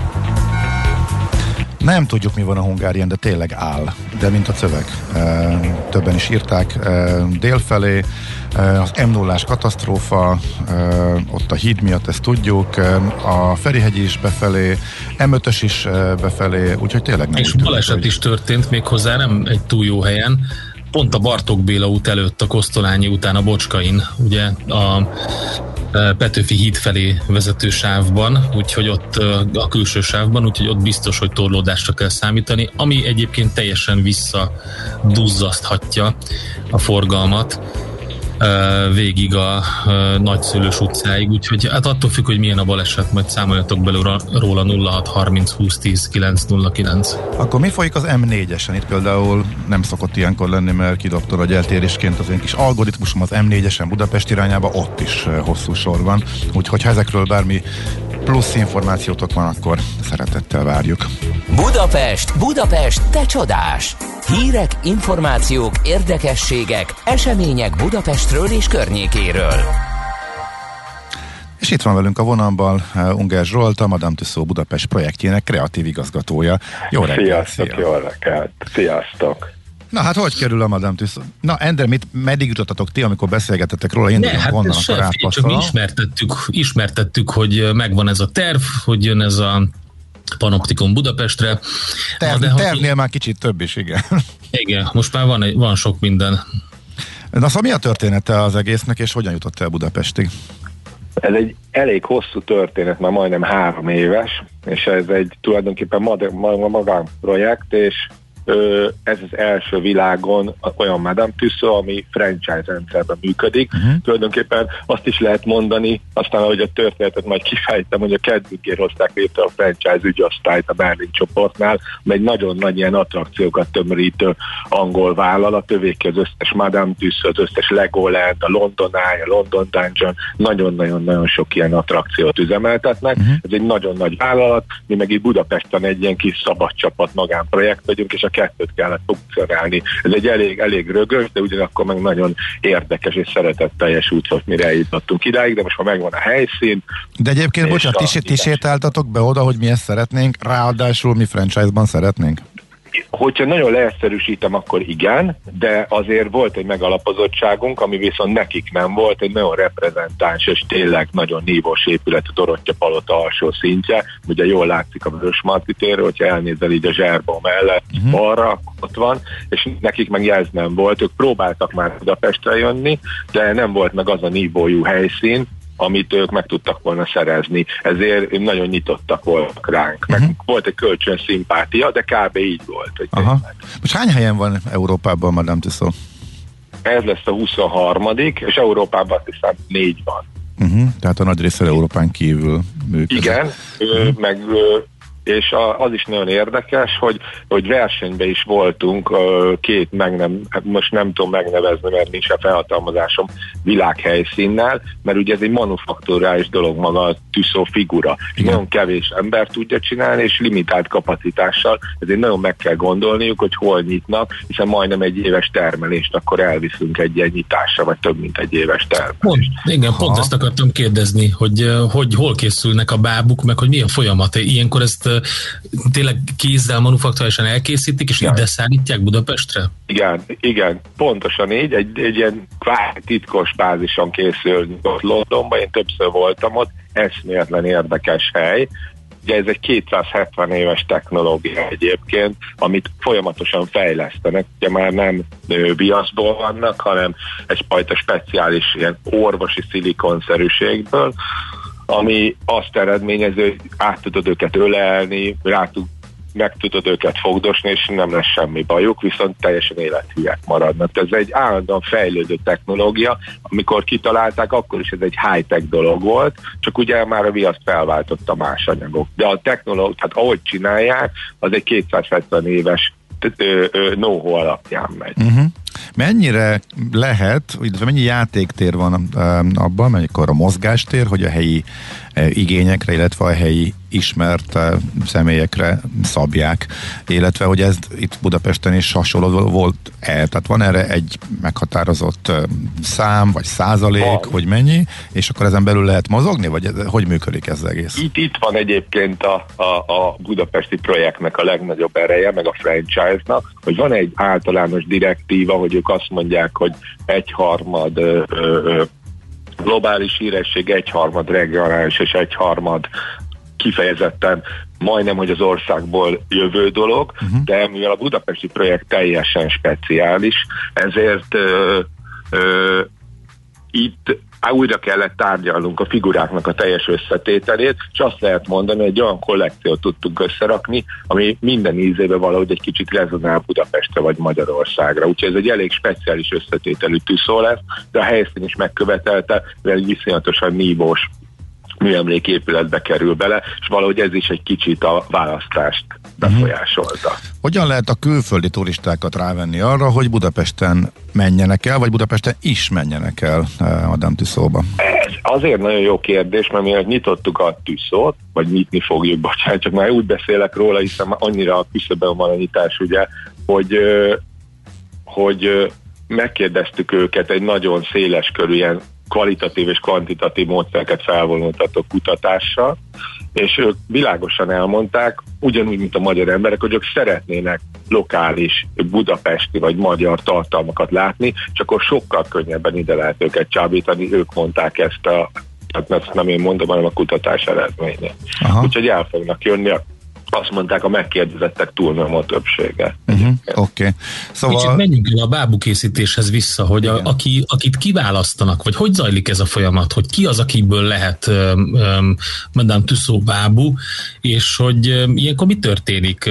D: Nem tudjuk, mi van a Hungárien, de tényleg áll, de mint a cövek. E, többen is írták e, délfelé, e, az em nullás katasztrófa, e, ott a híd miatt ezt tudjuk, e, a Ferihegy is befelé, em ötös is e, befelé, úgyhogy tényleg nem.
E: És baleset hogy... is történt méghozzá, nem egy túl jó helyen, pont a Bartók Béla út előtt, a Kosztolányi után a Bocskain, ugye a Petőfi híd felé vezető sávban, úgyhogy ott a külső sávban, úgyhogy ott biztos, hogy torlódásra kell számítani, ami egyébként teljesen visszaduzzaszthatja a forgalmat végig a Nagyszülős utcáig, úgyhogy hát attól függ, hogy milyen a baleset, majd számoljatok belőle róla nulla hat harminc húsz tíz kilenc nulla kilenc.
D: Akkor mi folyik az em négyesen? Itt például nem szokott ilyenkor lenni, mert kidobtad a eltérésként az én kis algoritmusom az em négyesen Budapest irányába, ott is hosszú sor van, úgyhogy ha ezekről bármi plusz információtok van, akkor szeretettel várjuk.
A: Budapest, Budapest, te csodás! Hírek, információk, érdekességek, események Budapestről és környékéről.
D: És itt van velünk a vonalban uh, Unger Zsolt, a Madame Tussauds Budapest projektjének kreatív igazgatója. Jó reggelt!
F: Sziasztok, szia. Jó reggelt! Sziasztok!
D: Na hát hogy kerül a Madame Tussauds? Na Endre, mit, meddig jutottatok ti, amikor beszélgetettek róla? Én
E: ne, hát
D: honnan
E: se, csak mi ismertettük, ismertettük, hogy megvan ez a terv, hogy jön ez a Panoptikum Budapestre.
D: Terv, de tervnél hogy... már kicsit több is, igen.
E: Igen, most már van, van sok minden.
D: Na szóval mi a története az egésznek, és hogyan jutott el Budapestig?
F: Ez egy elég hosszú történet, már majdnem három éves, és ez egy tulajdonképpen magánprojekt, és Ö, ez az első világon olyan Madame Tussauds, ami franchise rendszerben működik. Uh-huh. Tulajdonképpen azt is lehet mondani, aztán ahogy a történetet majd kifejtem, hogy a kedvünkért hozták létre a franchise ügyosztályt a Berlin csoportnál, amely egy nagyon nagy ilyen attrakciókat tömörítő angol vállalat, övéki az összes Madame Tussauds, az összes Legoland, a London Eye, a London Dungeon, nagyon-nagyon-nagyon sok ilyen attrakciót üzemeltetnek. Uh-huh. Ez egy nagyon nagy vállalat, mi meg itt Budapesten egy ilyen kis szabad csapat magánprojekt vagyunk, és a kettőt kellett funkcionálni. Ez egy elég, elég rögös, de ugyanakkor meg nagyon érdekes és szeretetteljes út volt, mire eljutottunk idáig, de most már megvan a helyszín.
D: De egyébként, bocsánat, ti, ti sétáltatok be oda, hogy mi ezt szeretnénk, ráadásul mi franchise-ban szeretnénk?
F: Hogyha nagyon leegyszerűsítem, akkor igen, de azért volt egy megalapozottságunk, ami viszont nekik nem volt, egy nagyon reprezentáns és tényleg nagyon nívós épület, a Dorottya Palota alsó szintje, ugye jól látszik a Vörösmarty térről, hogyha elnézel így a Zserbó mellett, uh-huh. balra, ott van, és nekik meg ez nem volt, ők próbáltak már Budapestre jönni, de nem volt meg az a nívójú helyszín, amit ők meg tudtak volna szerezni. Ezért nagyon nyitottak voltak ránk. Meg uh-huh. volt egy kölcsön szimpátia, de kb. Így volt.
D: Aha. Most hány helyen van Európában Madame Tussauds?
F: Ez lesz a huszonharmadik és Európában azt hiszem négy van.
D: Uh-huh. Tehát a nagy része Európán kívül működik.
F: Igen, uh-huh. meg és az is nagyon érdekes, hogy, hogy versenyben is voltunk két, meg nem, most nem tudom megnevezni, mert nincs a felhatalmazásom, világhelyszínnel, mert ugye ez egy manufakturális dolog maga a Tussauds figura. Igen. Nagyon kevés ember tudja csinálni, és limitált kapacitással, ezért nagyon meg kell gondolniuk, hogy hol nyitnak, hiszen majdnem egy éves termelést akkor elviszünk egy ilyen nyitásra, vagy több mint egy éves termelést.
E: Pont, igen, ha. pont ezt akartam kérdezni, hogy, hogy hol készülnek a bábuk, meg hogy milyen folyamat. Ilyenkor ezt tényleg kézzel manufakturálisan elkészítik, és igen. ide szállítják Budapestre?
F: Igen, igen, pontosan így, egy, egy ilyen kvázi titkos bázison készül ott Londonban, én többször voltam ott, eszméletlen érdekes hely. Ugye ez egy kétszázhetven éves technológia egyébként, amit folyamatosan fejlesztenek, ugye már nem viaszból vannak, hanem egyfajta speciális ilyen orvosi szilikonszerűségből, ami azt eredményező, hogy át tudod őket ölelni, rá tud, meg tudod őket fogdosni, és nem lesz semmi bajuk, viszont teljesen élethűek maradnak. Ez egy állandóan fejlődő technológia, amikor kitalálták, akkor is ez egy high-tech dolog volt, csak ugye már a viaszt felváltotta más anyagok. De a technológia, tehát ahogy csinálják, az egy kétszázhetven éves know-how alapján megy. Uh-huh.
D: Mennyire lehet, illetve mennyi játéktér van abban, amikor a mozgástér, hogy a helyi igényekre, illetve a helyi ismert személyekre szabják, illetve hogy ez itt Budapesten is hasonló volt el. Tehát van erre egy meghatározott szám, vagy százalék, van. Hogy mennyi, és akkor ezen belül lehet mozogni, vagy ez, hogy működik ez az egész?
F: Itt, itt van egyébként a, a, a budapesti projektnek a legnagyobb ereje, meg a franchise-nak, hogy van egy általános direktíva, hogy ők azt mondják, hogy egyharmad ö, ö, globális híresség, egyharmad regionális és egyharmad kifejezetten majdnem, hogy az országból jövő dolog, uh-huh. de mivel a budapesti projekt teljesen speciális, ezért ö, ö, itt újra kellett tárgyalnunk a figuráknak a teljes összetételét, és azt lehet mondani, hogy egy olyan kollekciót tudtunk összerakni, ami minden ízébe valahogy egy kicsit rezonál Budapestre vagy Magyarországra. Úgyhogy ez egy elég speciális összetételű tűzszó lesz, de a helyszín is megkövetelte, de egy viszonyatosan nívós műemléképületbe kerül bele, és valahogy ez is egy kicsit a választást befolyásolta. Uh-huh.
D: Hogyan lehet a külföldi turistákat rávenni arra, hogy Budapesten menjenek el, vagy Budapesten is menjenek el Madame Tussaudsba?
F: Ez azért nagyon jó kérdés, mert mi nyitottuk a Tussaudt, vagy nyitni fogjuk, bocsánat, csak már úgy beszélek róla, hiszen már annyira a küszöbben van a nyitás, ugye, hogy, hogy megkérdeztük őket egy nagyon széles körű ilyen kvalitatív és kvantitatív módszereket felvonultató kutatással, és ők világosan elmondták, ugyanúgy, mint a magyar emberek, hogy ők szeretnének lokális, budapesti vagy magyar tartalmakat látni, és akkor sokkal könnyebben ide lehet őket csábítani, ők mondták ezt a, hát ezt nem én mondom, hanem a kutatás eredménye. Aha. Úgyhogy el fognak jönni, azt mondták a megkérdezettek túlnyomó többsége.
D: Uh-huh. Oké. Okay.
E: Szóval... Kicsit menjünk el a bábú készítéshez vissza, hogy a, aki, akit kiválasztanak, vagy hogy zajlik ez a folyamat, hogy ki az, akiből lehet um, um, Madame Tussauds bábú, és hogy um, ilyenkor mi történik?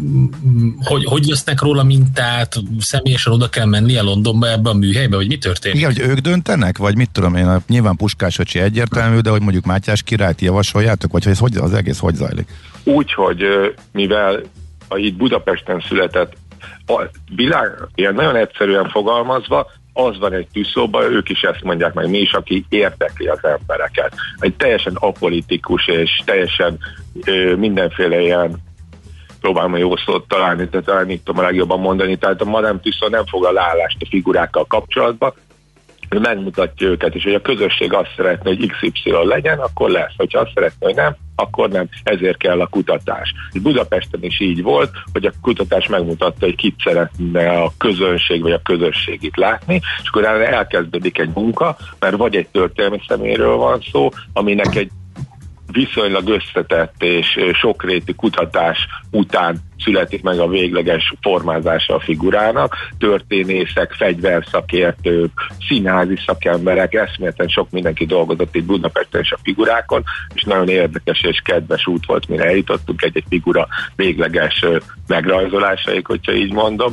E: Um, hogy, hogy vesznek róla mintát, személyesen oda kell mennie Londonba ebbe a műhelybe, vagy mi történik?
D: Igen, hogy ők döntenek, vagy mit tudom én, nyilván Puskás öcsi egyértelmű, de hogy mondjuk Mátyás királyt javasoljátok, vagy hogy ez hogy, az egész hogy zajlik?
F: Úgy, hogy mivel itt Budapesten született, a világ, ilyen nagyon egyszerűen fogalmazva, az van egy Tussaudsban, ők is ezt mondják meg, mi is, aki érdekli az embereket. Egy teljesen apolitikus és teljesen ö, mindenféle ilyen, próbálom a jó szót találni, tehát talán itt tudom a legjobban mondani, tehát a Madame Tussauds nem foglal állást a figurákkal kapcsolatban, ő megmutatja őket, és hogy a közösség azt szeretne, hogy iksz ipszilon legyen, akkor lesz. Hogyha azt szeretne, hogy nem, akkor nem. Ezért kell a kutatás. És Budapesten is így volt, hogy a kutatás megmutatta, hogy kit szeretne a közönség, vagy a közösség itt látni, és akkor elkezdődik egy munka, mert vagy egy történelmi személyről van szó, aminek egy viszonylag összetett és sokrétű kutatás után születik meg a végleges formázása a figurának. Történészek, fegyverszakértők, színházi szakemberek, eszméleten sok mindenki dolgozott itt Budapesten és a figurákon, és nagyon érdekes és kedves út volt, mire eljutottunk egy-egy figura végleges megrajzolásaik, hogyha így mondom.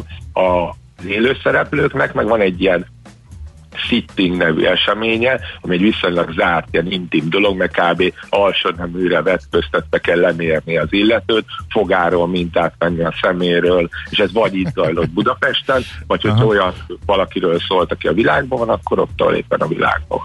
F: Az élőszereplőknek meg van egy ilyen sitting nevű eseménye, ami egy viszonylag zárt, ilyen intim dolog, meg kb. Alsó neműre vetköztetve kell lemérni az illetőt, fogáról mintát venni a szeméről, és ez vagy itt zajlott Budapesten, vagy hogyha olyan valakiről szólt, aki a világban van, akkor ott éppen a világban.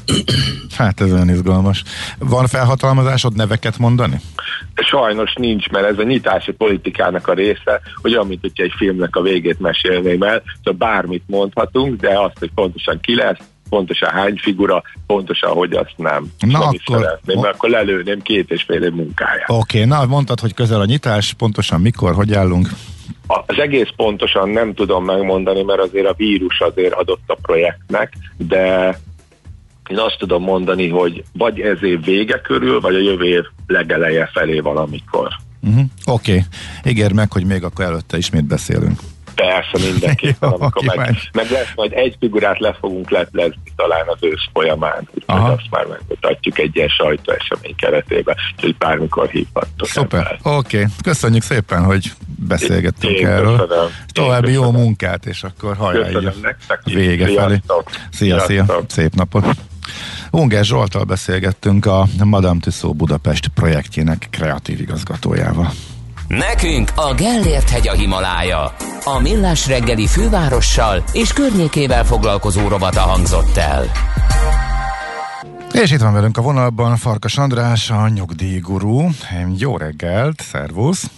D: Hát ez olyan izgalmas. Van felhatalmazásod neveket mondani?
F: Sajnos nincs, mert ez a nyitási politikának a része, hogy olyan, mint hogyha egy filmnek a végét mesélném el, szóval bármit mondhatunk, de azt, hogy pontosan ki lesz, pontosan hány figura, pontosan hogy azt nem.
D: Na
F: nem
D: akkor...
F: szeretném, mert akkor lelőném két és fél év munkáját.
D: Oké, okay, na mondtad, hogy közel a nyitás, pontosan mikor, hogy állunk?
F: Az egész pontosan nem tudom megmondani, mert azért a vírus azért adott a projektnek, de én azt tudom mondani, hogy vagy ez év vége körül, vagy a jövő év legeleje felé valamikor.
D: Uh-huh. Oké, okay. Ígérd meg, hogy még akkor előtte ismét beszélünk.
F: Persze, mindenképpen, amikor meg, meg lesz, majd egy figurát le fogunk letlezni talán az ősz folyamán, úgyhogy azt már megmutatjuk egy ilyen sajtóesemény keretében, úgyhogy bármikor hívhattok.
D: Szuper, oké, okay. Köszönjük szépen, hogy beszélgettünk én erről. Köszönöm. További jó munkát, és akkor hajrá így vége felé. Szia, szia, szép napot. Ungár Zsolttal beszélgettünk a Madame Tussauds Budapest projektjének kreatív igazgatójával.
A: Nekünk a Gellért-hegy a Himalája. A Millás reggeli fővárossal és környékével foglalkozó rovata hangzott el.
D: És itt van velünk a vonalban Farkas András, a nyugdíjgurú. Jó reggelt, szervusz!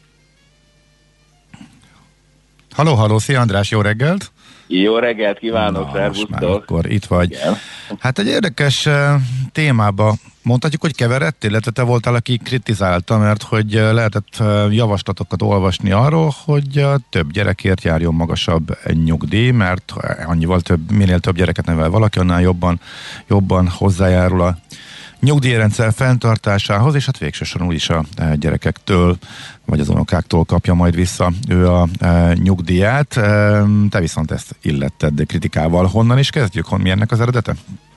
D: Halló, halló, szia András, jó reggelt!
G: Jó reggelt kívánok, szervusztok!
D: Akkor itt vagy. Igen. Hát egy érdekes uh, témába mondhatjuk, hogy keveredtél, illetve te voltál, aki kritizálta, mert hogy lehetett uh, javaslatokat olvasni arról, hogy uh, több gyerekért járjon magasabb nyugdíj, mert annyival több, minél több gyereket nevel valaki, annál jobban, jobban hozzájárul a nyugdíjrendszer fenntartásához, és hát végső soron úgyis a gyerekektől, vagy az unokáktól kapja majd vissza ő a e, nyugdíját. E, te viszont ezt illetted kritikával. Honnan is kezdjük? Hon, mi ennek az eredete?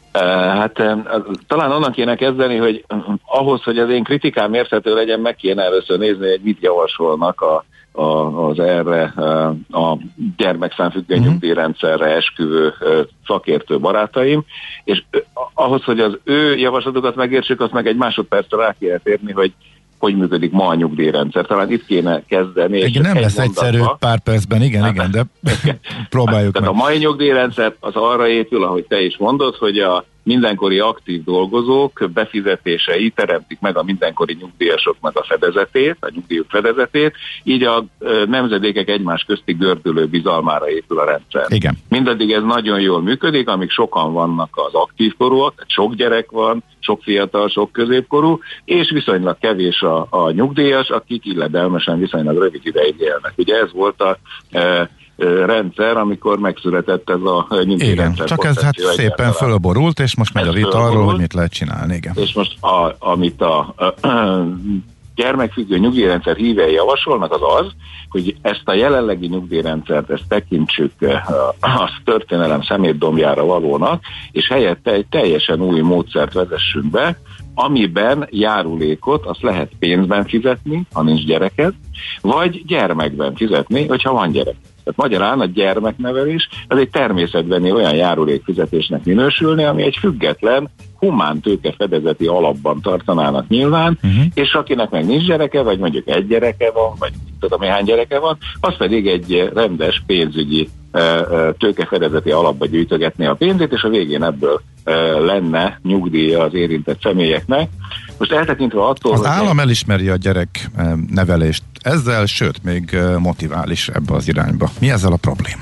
F: Hát talán onnan kéne kezdeni, hogy ahhoz, hogy az én kritikám érthető legyen, meg kéne először nézni, hogy mit javasolnak a, a, az erre a gyermekszámfüggő uh-huh. nyugdíjrendszerre esküvő szakértő barátaim, és ahhoz, hogy az ő javaslatokat megértsük, azt meg egy másodpercre rá kéne térni, hogy hogy működik ma a nyugdíjrendszer. Talán itt kéne kezdeni.
D: Igen, nem lesz egyszerű pár percben, igen, hát, igen, de próbáljuk
F: tehát
D: meg.
F: A mai nyugdíjrendszer az arra épül, ahogy te is mondod, hogy a mindenkori aktív dolgozók befizetései teremtik meg a mindenkori nyugdíjasoknak a fedezetét, a nyugdíjuk fedezetét, így a nemzedékek egymás közti gördülő bizalmára épül a rendszer.
D: Igen.
F: Mindaddig ez nagyon jól működik, amíg sokan vannak az aktív korúak, sok gyerek van, sok fiatal, sok középkorú, és viszonylag kevés a, a nyugdíjas, akik illedelmesen viszonylag rövid ideig élnek. Ugye ez volt a e, rendszer, amikor megszületett ez a nyugdíjrendszer.
D: Igen, csak ez hát szépen fölborult, és most megy a vita arról, hogy mit lehet csinálni. Igen.
F: És most a, amit a, a, a gyermekfüggő nyugdíjrendszer hívei javasolnak, az az, hogy ezt a jelenlegi nyugdíjrendszert, ezt tekintsük a történelem szemétdombjára valónak, és helyette egy teljesen új módszert vezessünk be, amiben járulékot azt lehet pénzben fizetni, ha nincs gyereked, vagy gyermekben fizetni, hogyha van gyerek. Tehát magyarán a gyermeknevelés az egy természetbeni olyan járulékfizetésnek minősülni, ami egy független, humán tőke fedezeti alapban tartanának nyilván, uh-huh. és akinek meg nincs gyereke, vagy mondjuk egy gyereke van, vagy tudom, hány gyereke van, az pedig egy rendes pénzügyi tőkefedezeti alapba gyűjtögetni a pénzét, és a végén ebből lenne nyugdíja az érintett személyeknek. Most eltekintve attól,
D: az állam elismeri a gyerek nevelést ezzel, sőt, még motivál is ebbe az irányba. Mi ezzel a probléma?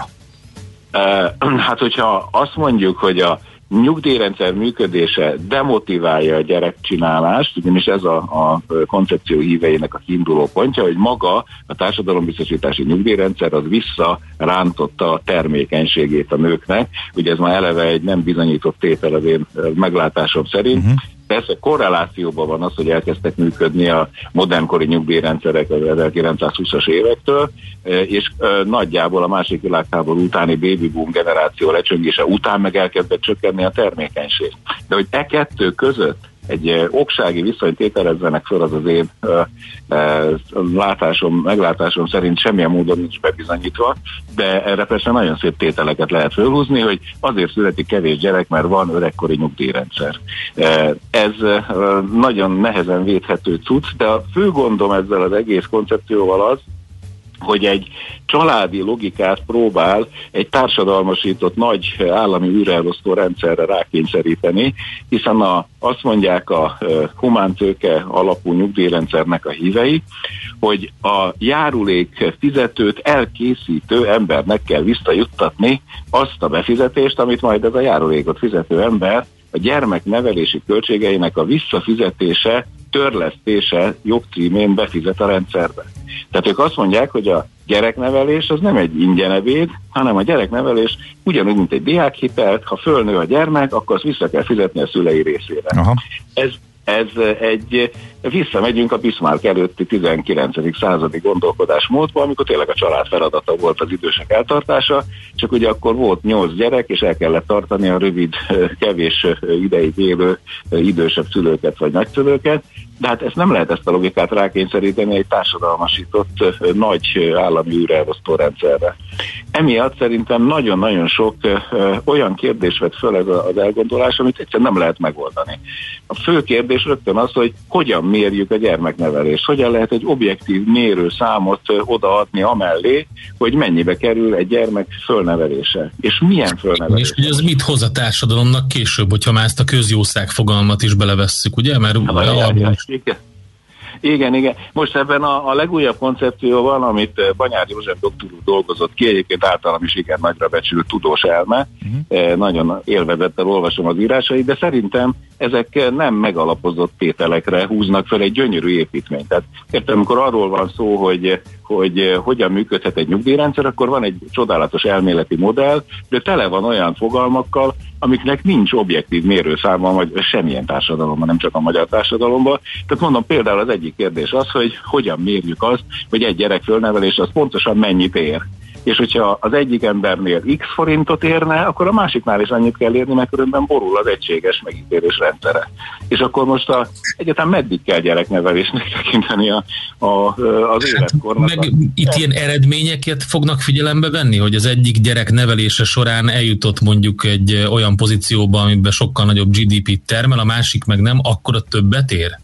F: Hát, hogyha azt mondjuk, hogy a nyugdíjrendszer működése demotiválja a gyerekcsinálást, ugyanis ez a, a koncepció híveinek a kiinduló pontja, hogy maga a társadalombiztosítási nyugdíjrendszer az visszarántotta a termékenységét a nőknek. Ugye ez már eleve egy nem bizonyított tétel az én meglátásom szerint. Uh-huh. Persze korrelációban van az, hogy elkezdtek működni a modernkori nyugdíjrendszerek az ezerkilencszázhúszas évektől, és nagyjából a második világháború utáni baby boom generáció lecsöngése után meg elkezdett csökkenni a termékenység. De hogy e kettő között egy oksági viszonyt tételezzenek föl, az az én ö, ö, látásom, meglátásom szerint semmilyen módon nincs bebizonyítva, de erre persze nagyon szép tételeket lehet fölhúzni, hogy azért születik kevés gyerek, mert van öregkori nyugdíjrendszer. Ez nagyon nehezen védhető cucc, de a fő gondom ezzel az egész koncepcióval az, hogy egy családi logikát próbál egy társadalmasított nagy állami űrelosztó rendszerre rákényszeríteni, hiszen a, azt mondják a humántőke alapú nyugdíjrendszernek a hívei, hogy a járulék fizetőt elkészítő embernek kell visszajuttatni azt a befizetést, amit majd ez a járulékot fizető ember a gyermeknevelési költségeinek a visszafizetése, törlesztése jogcímén befizet a rendszerbe. Tehát ők azt mondják, hogy a gyereknevelés az nem egy ingyenebéd, hanem a gyereknevelés ugyanúgy, mint egy diákhitelt, ha fölnő a gyermek, akkor azt vissza kell fizetni a szülei részére. Aha. Ez, ez egy, visszamegyünk a Bismarck előtti tizenkilencedik századi gondolkodásmódba, amikor tényleg a család feladata volt az idősek eltartása, csak ugye akkor volt nyolc gyerek, és el kellett tartani a rövid, kevés ideig élő idősebb szülőket vagy nagyszülőket, de hát ezt nem lehet ezt a logikát rákényszeríteni egy társadalmasított nagy állami űrelosztó rendszerre. Emiatt szerintem nagyon-nagyon sok ö, olyan kérdés vett föl ez az elgondolás, amit egyszerűen nem lehet megoldani. A fő kérdés rögtön az, hogy hogyan mérjük a gyermeknevelést, hogyan lehet egy objektív mérőszámot ö, odaadni amellé, hogy mennyibe kerül egy gyermek fölnevelése, és milyen fölnevelése.
E: És ugye az mit hoz a társadalomnak később, hogyha már ezt a közjószág fogalmat is belevesszük, ugye? Mert
F: Igen. igen, igen. Most ebben a, a legújabb koncepcióban, amit Banyár József doktor úr dolgozott ki, egyébként általam is igen nagyra becsült tudós elme, uh-huh. nagyon élvezettel olvasom az írásait, de szerintem ezek nem megalapozott tételekre húznak fel egy gyönyörű építményt. Tehát értem, amikor arról van szó, hogy, hogy hogyan működhet egy nyugdíjrendszer, akkor van egy csodálatos elméleti modell, de tele van olyan fogalmakkal, amiknek nincs objektív mérőszáma, vagy semmilyen társadalomban, nem csak a magyar társadalomban. Tehát mondom, például az egyik kérdés az, hogy hogyan mérjük azt, hogy egy gyerek fölnevelés az pontosan mennyit ér. és hogyha az egyik embernél X forintot érne, akkor a másiknál is annyit kell érni, mert különben borul az egységes megítélés rendszere. És akkor most a, egyáltalán meddig kell gyereknevelésnek tekinteni a, a, az életkornak?
E: Meg itt ilyen eredményeket fognak figyelembe venni, hogy az egyik gyerek nevelése során eljutott mondjuk egy olyan pozícióba, amiben sokkal nagyobb gé dé pét termel, a másik meg nem, akkor a többet ér?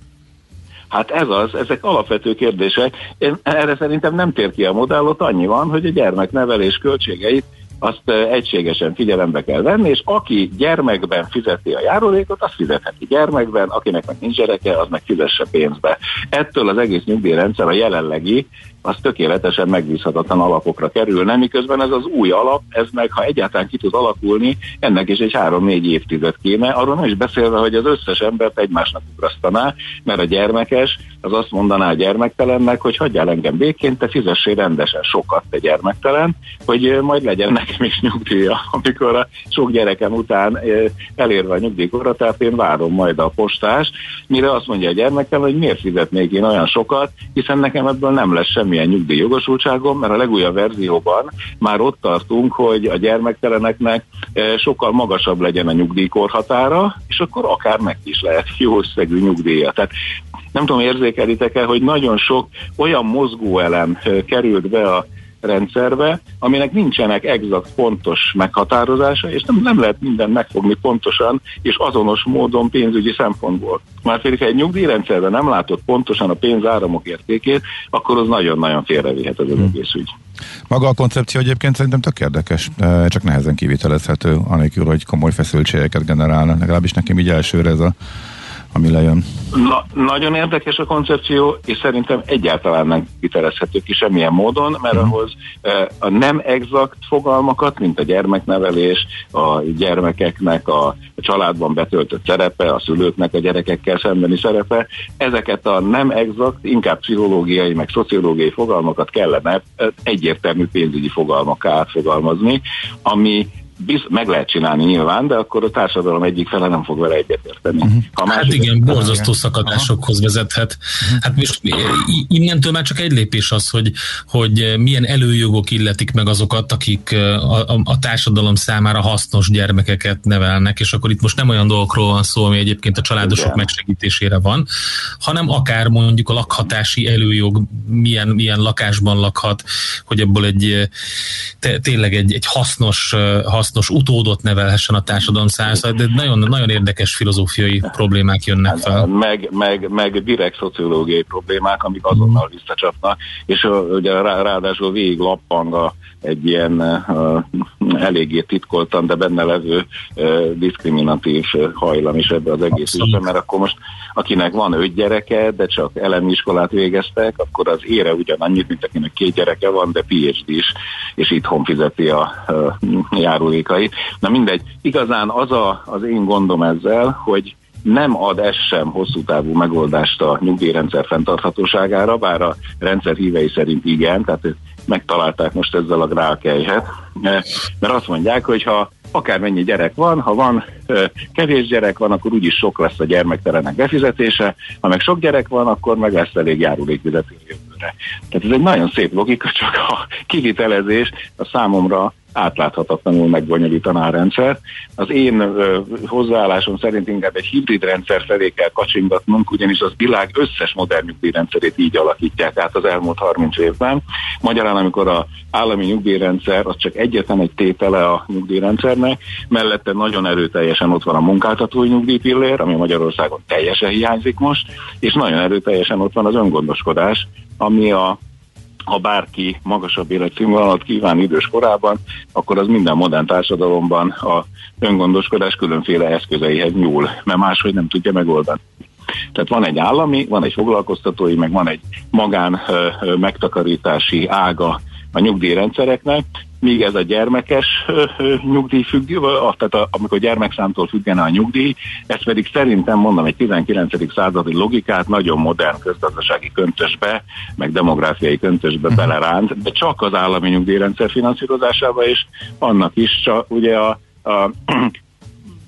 F: Hát ez az, ezek alapvető kérdések. Én erre szerintem nem tér ki a modellot, annyi van, hogy a gyermeknevelés költségeit azt egységesen figyelembe kell venni, és aki gyermekben fizeti a járulékot, azt fizetheti gyermekben, akinek meg nincs gyereke, az meg fizesse pénzbe. Ettől az egész nyugdíjrendszer, a jelenlegi, az tökéletesen megbízhatatlan alapokra kerülne, miközben ez az új alap, ez meg, ha egyáltalán ki tud alakulni, ennek is egy három-négy évtized kéne, arról nem is beszélve, hogy az összes embert egymásnak ugrasztaná, mert a gyermekes az azt mondaná a gyermektelennek, hogy hagyjál engem békén, te fizessé rendesen sokat, te gyermektelen, hogy majd legyen nekem is nyugdíja, amikor a sok gyerekem után elérve a nyugdíjkorra, tehát én várom majd a postás, mire azt mondja a gyermektelen, hogy miért fizetnék én olyan sokat, hiszen nekem ebből nem lesz semmi milyen nyugdíjjogosultságom, mert a legújabb verzióban már ott tartunk, hogy a gyermekteleneknek sokkal magasabb legyen a nyugdíjkorhatára, és akkor akár meg is lehet jó összegű nyugdíja. Tehát nem tudom, érzékelitek-e, hogy nagyon sok olyan mozgóelem került be a rendszerbe, aminek nincsenek exakt pontos meghatározása, és nem, nem lehet mindent megfogni pontosan és azonos módon pénzügyi szempontból. Már pedig, ha egy nyugdíjrendszerben nem látod pontosan a pénzáramok értékét, akkor az nagyon-nagyon félrevihet az hmm. egész ügy.
D: Maga a koncepció egyébként szerintem tök érdekes, csak nehezen kivitelezhető, anélkül, hogy komoly feszültségeket generálna. Legalábbis nekem így elsőre ez a ami lejön.
F: Na, nagyon érdekes a koncepció, és szerintem egyáltalán nem kiterezhető ki semmilyen módon, mert uh-huh. ahhoz e, a nem exakt fogalmakat, mint a gyermeknevelés, a gyermekeknek a családban betöltött szerepe, a szülőknek a gyerekekkel szembeni szerepe, ezeket a nem exakt, inkább pszichológiai, meg szociológiai fogalmakat kellene egyértelmű pénzügyi fogalmakkal átfogalmazni, ami Biz, meg lehet csinálni nyilván, de akkor a társadalom egyik fele nem fog vele egyetérteni.
E: Uh-huh. Hát igen, borzasztó szakadásokhoz vezethet. Hát most innentől már csak egy lépés az, hogy, hogy milyen előjogok illetik meg azokat, akik a, a, a társadalom számára hasznos gyermekeket nevelnek, és akkor itt most nem olyan dolgokról van szó, ami egyébként a családosok igen. megsegítésére van, hanem akár mondjuk a lakhatási előjog, milyen, milyen lakásban lakhat, hogy ebből egy te, tényleg egy, egy hasznos, hasznos utódot nevelhessen a társadalom számára, de nagyon, nagyon érdekes filozófiai problémák jönnek fel.
F: Meg, meg, meg direkt szociológiai problémák, amik azonnal visszacsapnak, és ugye rá, ráadásul végig lappang a, egy ilyen uh, eléggé titkoltan, de benne levő uh, diszkriminatív hajlam is ebbe az egész ügyben, mert akkor most akinek van öt gyereke, de csak elemi iskolát végeztek, akkor az ére ugyanannyit, mint akinek két gyereke van, de pé há dé is, és itthon fizeti a uh, járulékait. Na mindegy, igazán az a, az én gondom ezzel, hogy nem ad ez sem hosszú távú megoldást a nyugdíjrendszer fenntarthatóságára, bár a rendszer hívei szerint igen, tehát megtalálták most ezzel a grálkelyhet, mert azt mondják, hogy ha akármennyi gyerek van, ha van kevés gyerek van, akkor úgyis sok lesz a gyermektelenek befizetése, ha meg sok gyerek van, akkor meg lesz elég járulékfizető jövőre. Tehát ez egy nagyon szép logika, csak a kivitelezés a számomra átláthatatlanul megbonyolítaná a rendszert. Az én ö, hozzáállásom szerint inkább egy hibrid rendszer felé kell kacsingatnunk, ugyanis az világ összes modern nyugdíjrendszerét így alakítják át az elmúlt harminc évben. Magyarán, amikor az állami nyugdíjrendszer, az csak egyetlen egy tétele a nyugdíjrendszernek, mellette nagyon erőteljesen ott van a munkáltatói nyugdíjpillér, ami Magyarországon teljesen hiányzik most, és nagyon erőteljesen ott van az öngondoskodás, ami a ha bárki magasabb életszínvonalat kíván idős korában, akkor az minden modern társadalomban a öngondoskodás különféle eszközeihez nyúl, mert máshogy nem tudja megoldani. Tehát van egy állami, van egy foglalkoztatói, meg van egy magán ö, ö, megtakarítási ága a nyugdíjrendszereknek, míg ez a gyermekes ö, ö, nyugdíjfüggő, tehát a, amikor gyermekszámtól függene a nyugdíj, ez pedig szerintem mondom egy tizenkilencedik századi logikát nagyon modern közgazdasági köntösbe, meg demográfiai köntösbe uh-huh. beleránt, de csak az állami nyugdíjrendszer finanszírozásába, és annak is csak ugye a, a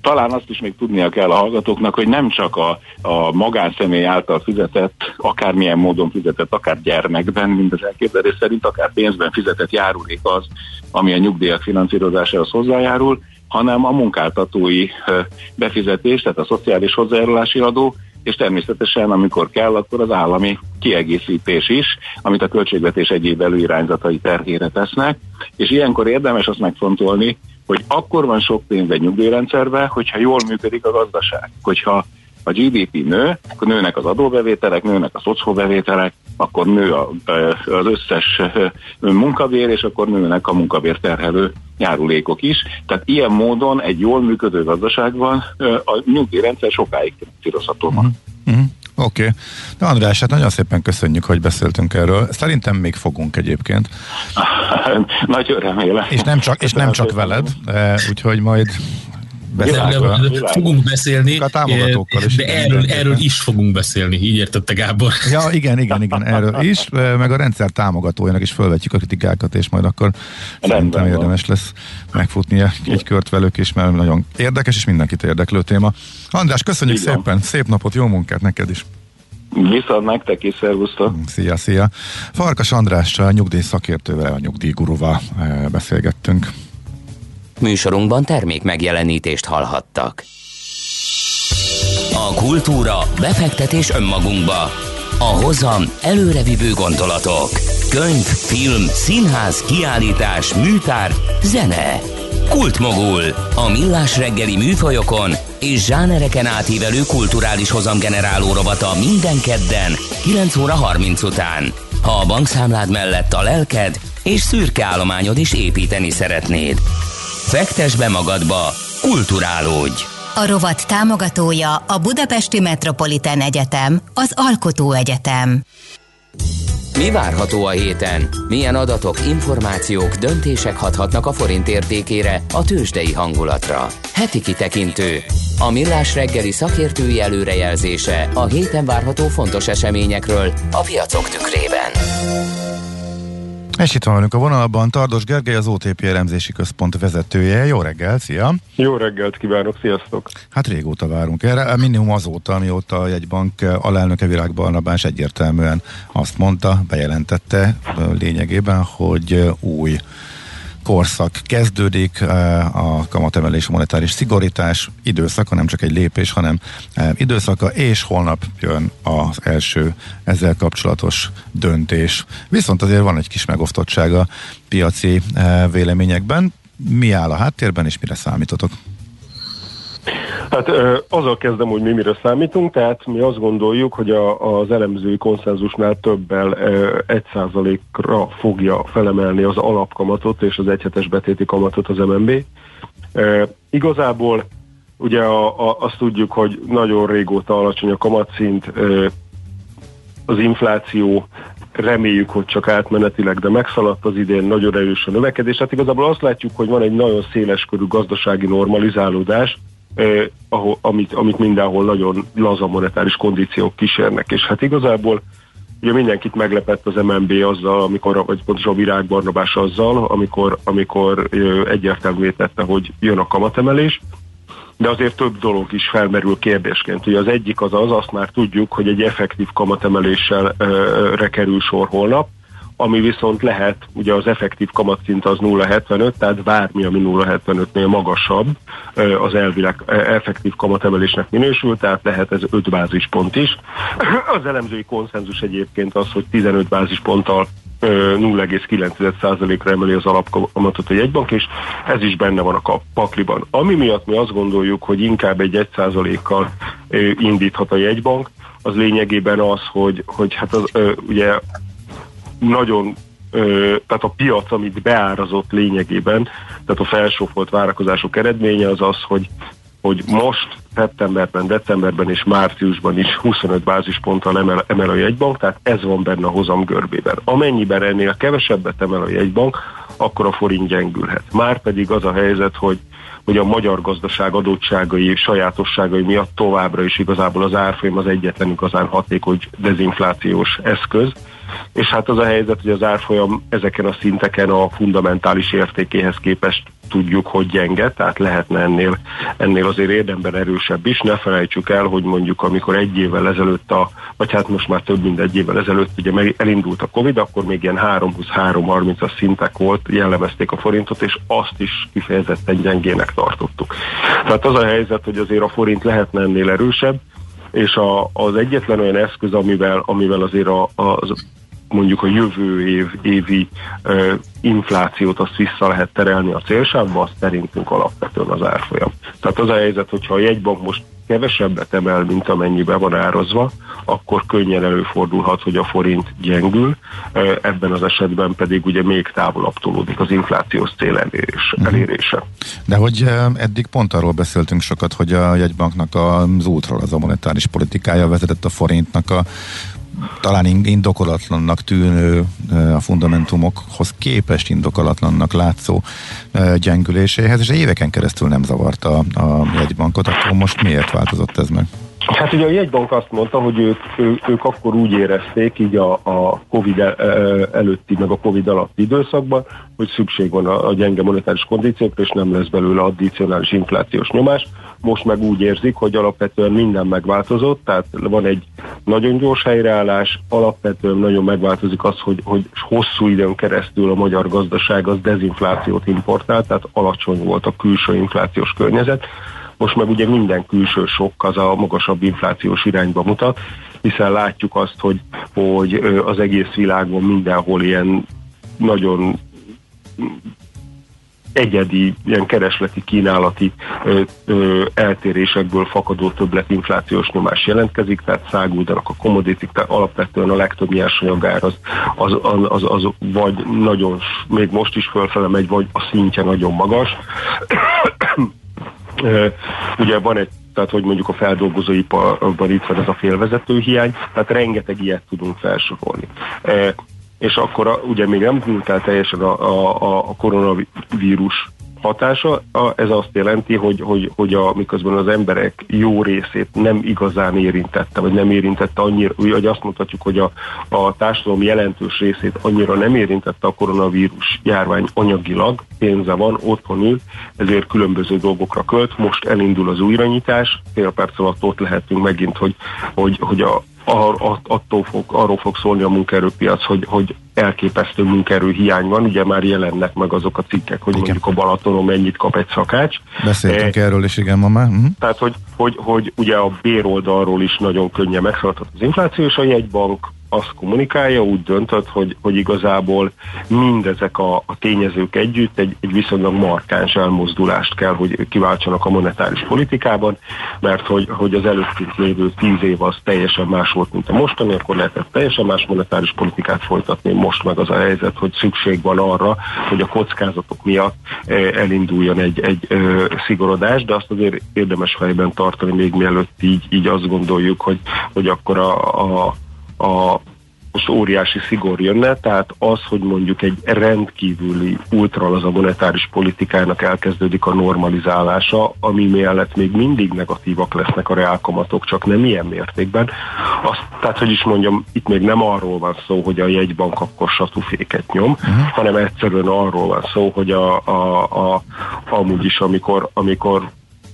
H: talán azt is még tudnia kell a hallgatóknak, hogy nem csak a, a magánszemély által fizetett, akármilyen módon fizetett, akár gyermekben, mint az elképzelés szerint, akár pénzben fizetett járulék az, ami a nyugdíjak finanszírozásához hozzájárul, hanem a munkáltatói befizetés, tehát a szociális hozzájárulási adó, és természetesen, amikor kell, akkor az állami kiegészítés is, amit a költségvetés egyéb előirányzatai terhére tesznek, és ilyenkor érdemes azt megfontolni, hogy akkor van sok pénz egy nyugdíjrendszerben, hogyha jól működik a gazdaság. Hogyha a gé dé pé nő, akkor nőnek az adóbevételek, nőnek a szocóbevételek, akkor nő a, az összes munkabér, és akkor nőnek a munkabér terhelő járulékok is. Tehát ilyen módon egy jól működő gazdaságban a nyugdíjrendszer sokáig finanszírozható van.
D: Mm-hmm. Oké. Okay. De András, hát nagyon szépen köszönjük, hogy beszéltünk erről. Szerintem még fogunk egyébként.
H: Nagyon remélem.
D: És nem csak, és nem csak veled, úgyhogy majd
E: beszélni. Fogunk beszélni,
D: a támogatókkal is.
E: De erről, erről is fogunk beszélni, így értette Gábor.
D: Ja, igen, igen, igen, erről is, meg a rendszer támogatójának is fölvetjük a kritikákat, és majd akkor szerintem érdemes lesz megfutnia egy kört velük is, mert nagyon érdekes, és mindenkit érdeklő téma. András, köszönjük igen. szépen, szép napot, jó munkát neked is.
H: Viszont nektek is, szervusztok.
D: Szia, szia. Farkas Andrással, nyugdíj szakértővel, a nyugdíjguruval beszélgettünk.
A: Műsorunkban termék megjelenítést hallhattak. A kultúra, befektetés önmagunkba. A hozam előrevívő gondolatok. Könyv, film, színház, kiállítás, műtár, zene. Kultmogul. A millás reggeli műfajokon és zsánereken átívelő kulturális hozamgeneráló rovata minden kedden kilenc óra harminc után. Ha a bankszámlád mellett a lelked és szürke állományod is építeni szeretnéd. Fektess be magadba, kulturálódj!
I: A rovat támogatója a Budapesti Metropolitán Egyetem, az Alkotó Egyetem.
A: Mi várható a héten? Milyen adatok, információk, döntések hathatnak a forint értékére, a tőzsdei hangulatra? Heti kitekintő. A millás reggeli szakértői előrejelzése a héten várható fontos eseményekről a piacok tükrében.
D: És itt van velünk a vonalban Tardos Gergely, az o té pé elemzési központ vezetője. Jó reggelt, szia!
J: Jó reggelt kívánok, sziasztok!
D: Hát régóta várunk erre, minimum azóta, amióta a jegybank alelnöke Virág Barnabás egyértelműen azt mondta, bejelentette lényegében, hogy új korszak kezdődik, a kamatemelés, a monetáris szigorítás időszaka, nem csak egy lépés, hanem időszaka, és holnap jön az első ezzel kapcsolatos döntés. Viszont azért van egy kis megosztottság a piaci véleményekben. Mi áll a háttérben, és mire számítotok?
J: Hát azzal kezdem, hogy mi mire számítunk, tehát mi azt gondoljuk, hogy a, az elemzői konszenzusnál többel egy százalékra fogja felemelni az alapkamatot és az egyhetes betéti kamatot az em en bé. E, igazából ugye a, a, azt tudjuk, hogy nagyon régóta alacsony a kamatszint, e, az infláció reméljük, hogy csak átmenetileg, de megszaladt az idén, nagyon erős a növekedés. Hát igazából azt látjuk, hogy van egy nagyon széleskörű gazdasági normalizálódás, Eh, ahol, amit, amit mindenhol nagyon laza monetáris kondíciók kísérnek, és hát igazából ugye mindenkit meglepett az em en bé azzal, amikor, vagy pontosan a Virág Barnabás azzal, amikor, amikor eh, egyértelművé tette, hogy jön a kamatemelés, de azért több dolog is felmerül kérdésként. Ugye az egyik az az, azt már tudjuk, hogy egy effektív kamatemeléssel eh, kerül sor holnap, ami viszont lehet, ugye az effektív kamatszint az nulla egész hetvenöt, tehát bármi, ami nulla egész hetvenötnél magasabb, az elvileg effektív kamatemelésnek minősül, tehát lehet ez öt bázispont is. Az elemzői konszenzus egyébként az, hogy tizenöt bázisponttal nulla egész kilenc százalékra emeli az alapkamatot a jegybank, és ez is benne van a pakliban. Ami miatt mi azt gondoljuk, hogy inkább egy egy százalékkal indíthat a jegybank, az lényegében az, hogy, hogy hát az, ugye nagyon, ö, tehát a piac, amit beárazott lényegében, tehát a felsófolt várakozások eredménye az az, hogy, hogy most szeptemberben, decemberben és márciusban is huszonöt bázisponttal emel, emel a jegybank, tehát ez van benne a hozam görbében. Amennyiben ennél kevesebbet emel a jegybank, akkor a forint gyengülhet. Márpedig az a helyzet, hogy hogy a magyar gazdaság adottságai, sajátosságai miatt továbbra is igazából az árfolyam az egyetlen igazán hatékony dezinflációs eszköz, és hát az a helyzet, hogy az árfolyam ezeken a szinteken a fundamentális értékéhez képest tudjuk, hogy gyenge, tehát lehetne ennél, ennél azért érdemben erősebb is. Ne felejtsük el, hogy mondjuk amikor egy évvel ezelőtt, a, vagy hát most már több mint egy évvel ezelőtt ugye meg elindult a Covid, akkor még ilyen három húsz három harmincas szintek volt, jellemezték a forintot, és azt is kifejezetten gyengének tartottuk. Tehát az a helyzet, hogy azért a forint lehetne ennél erősebb, és a, az egyetlen olyan eszköz, amivel, amivel azért a, az mondjuk a jövő év, évi uh, inflációt azt vissza lehet terelni a célsávba, az szerintünk alapvetően az árfolyam. Tehát az a helyzet, hogyha a jegybank most kevesebbet emel, mint amennyibe van árazva, akkor könnyen előfordulhat, hogy a forint gyengül, uh, ebben az esetben pedig ugye még távolabb tolódik az inflációs cél elérés, elérése.
D: De hogy uh, eddig pont arról beszéltünk sokat, hogy a jegybanknak az útról, az a monetáris politikája vezetett a forintnak a talán indokolatlannak tűnő, a fundamentumokhoz képest indokolatlannak látszó gyengüléséhez, és éveken keresztül nem zavarta a jegybankot, akkor most miért változott ez meg?
J: Hát ugye a jegybank azt mondta, hogy ők, ő, ők akkor úgy érezték így a, a Covid előtti, meg a Covid alatti időszakban, hogy szükség van a, a gyenge monetáris kondíciókra, és nem lesz belőle addicionális inflációs nyomás. Most meg úgy érzik, hogy alapvetően minden megváltozott, tehát van egy nagyon gyors helyreállás, alapvetően nagyon megváltozik az, hogy, hogy hosszú időn keresztül a magyar gazdaság az dezinflációt importált, tehát alacsony volt a külső inflációs környezet. Most meg ugye minden külső sokk az a magasabb inflációs irányba mutat, hiszen látjuk azt, hogy, hogy az egész világon mindenhol ilyen nagyon egyedi, ilyen keresleti, kínálati ö, ö, eltérésekből fakadó többletinflációs nyomás jelentkezik, tehát száguldanak a commoditik, tehát alapvetően a legtöbb nyersanyagár az, az, az, az, az vagy nagyon, még most is fölfele megy, vagy a szintje nagyon magas. Ugye van egy, tehát hogy mondjuk a feldolgozóiparban itt van ez a félvezető hiány, tehát rengeteg ilyet tudunk felsorolni. E, és akkor a, ugye még nem hűlt el teljesen a, a, a koronavírus hatása, a, ez azt jelenti, hogy, hogy, hogy a, miközben az emberek jó részét nem igazán érintette, vagy nem érintette annyira, hogy azt mondhatjuk, hogy a, a társadalom jelentős részét annyira nem érintette a koronavírus járvány anyagilag, pénze van, otthon ül, ezért különböző dolgokra költ, most elindul az újranyitás, fél perc alatt ott lehetünk megint, hogy, hogy, hogy a attól fog, arról fog szólni a munkaerőpiac, hogy, hogy elképesztő munkaerő hiány van, ugye már jelennek meg azok a cikkek, hogy igen, mondjuk a Balatonon mennyit kap egy szakács.
D: Beszéltünk e, erről is, igen, ma már. Uh-huh.
J: Tehát, hogy, hogy, hogy ugye a béroldalról is nagyon könnyen megszaladhat az infláció, és a jegybank azt kommunikálja, úgy döntött, hogy, hogy igazából mindezek a, a tényezők együtt egy, egy viszonylag markáns elmozdulást kell, hogy kiváltsanak a monetáris politikában, mert hogy, hogy az előttünk lévő tíz év az teljesen más volt, mint a mostani, akkor lehetett teljesen más monetáris politikát folytatni, most meg az a helyzet, hogy szükség van arra, hogy a kockázatok miatt elinduljon egy, egy szigorodás, de azt azért érdemes fejben tartani, még mielőtt így, így azt gondoljuk, hogy, hogy akkor a, a a most óriási szigor jönne, tehát az, hogy mondjuk egy rendkívüli ultralaza monetáris politikának elkezdődik a normalizálása, ami mellett még mindig negatívak lesznek a reálkamatok, csak nem ilyen mértékben. Azt, tehát, hogy is mondjam, itt még nem arról van szó, hogy a jegybank akkor satúféket nyom, uh-huh. hanem egyszerűen arról van szó, hogy a, a, a, amúgy is, amikor, amikor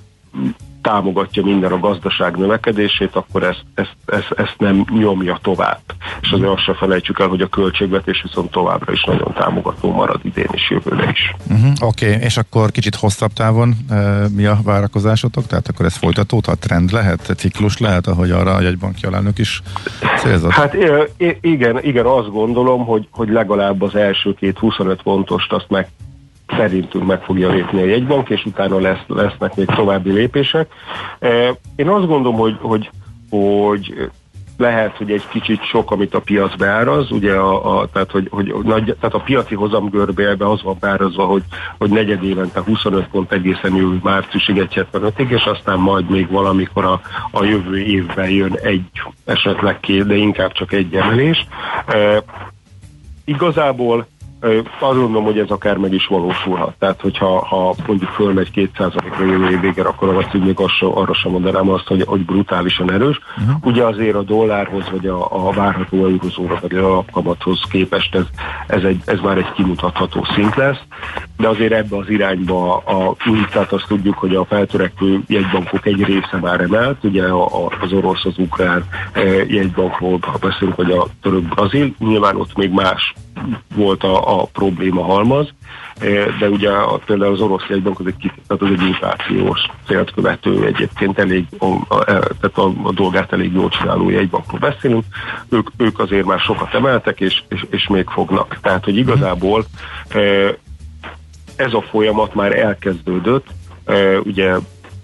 J: támogatja minden a gazdaság növekedését, akkor ezt, ezt, ezt, ezt nem nyomja tovább. És azért azt se felejtsük el, hogy a költségvetés viszont továbbra is nagyon támogató marad idén és jövőre is.
D: Uh-huh, Oké, okay. És akkor kicsit hosszabb távon e, mi a várakozásotok? Tehát akkor ez folytatódhat, trend lehet, ciklus lehet, ahogy arra a jegybanki alelnök is célzott?
J: Hát igen, igen, azt gondolom, hogy, hogy legalább az első két huszonöt pontost azt meg szerintünk meg fogja lépni a jegybank, és utána lesz, lesznek még további lépések. Én azt gondolom, hogy, hogy, hogy lehet, hogy egy kicsit sok, amit a piac beáraz, ugye a, a, tehát, hogy, hogy nagy, tehát a piaci hozamgörbélbe az van beárazva, hogy, hogy negyed évente huszonöt pont egészen jövő márciusig egy hetvenötig, és aztán majd még valamikor a, a jövő évben jön egy, esetleg két, de inkább csak egy emelés. E, igazából Azt gondolom, hogy ez akár meg is valósulhat. Tehát, hogyha ha mondjuk fölmegy két százalékra jövő év végére, akkor valószínűleg még azt, arra sem mondanám azt, hogy, hogy brutálisan erős. Uh-huh. Ugye azért a dollárhoz, vagy a, a várható eurozóra, vagy a alapkamathoz képest ez, ez, egy, ez már egy kimutatható szint lesz, de azért ebbe az irányba a, tehát azt tudjuk, hogy a feltörekvő jegybankok egy része már emelt, ugye a, a, az orosz, az ukrán jegybankról beszélünk, vagy a török-brazil, nyilván ott még más volt a, a probléma halmaz, de ugye a, például az orosz jegybank az egy, tehát az egy inflációs célt követő, egyébként elég, a, a, tehát a, a dolgát elég jól csináló jegybankról beszélünk, ők, ők azért már sokat emeltek, és, és, és még fognak. Tehát, hogy igazából ez a folyamat már elkezdődött, ugye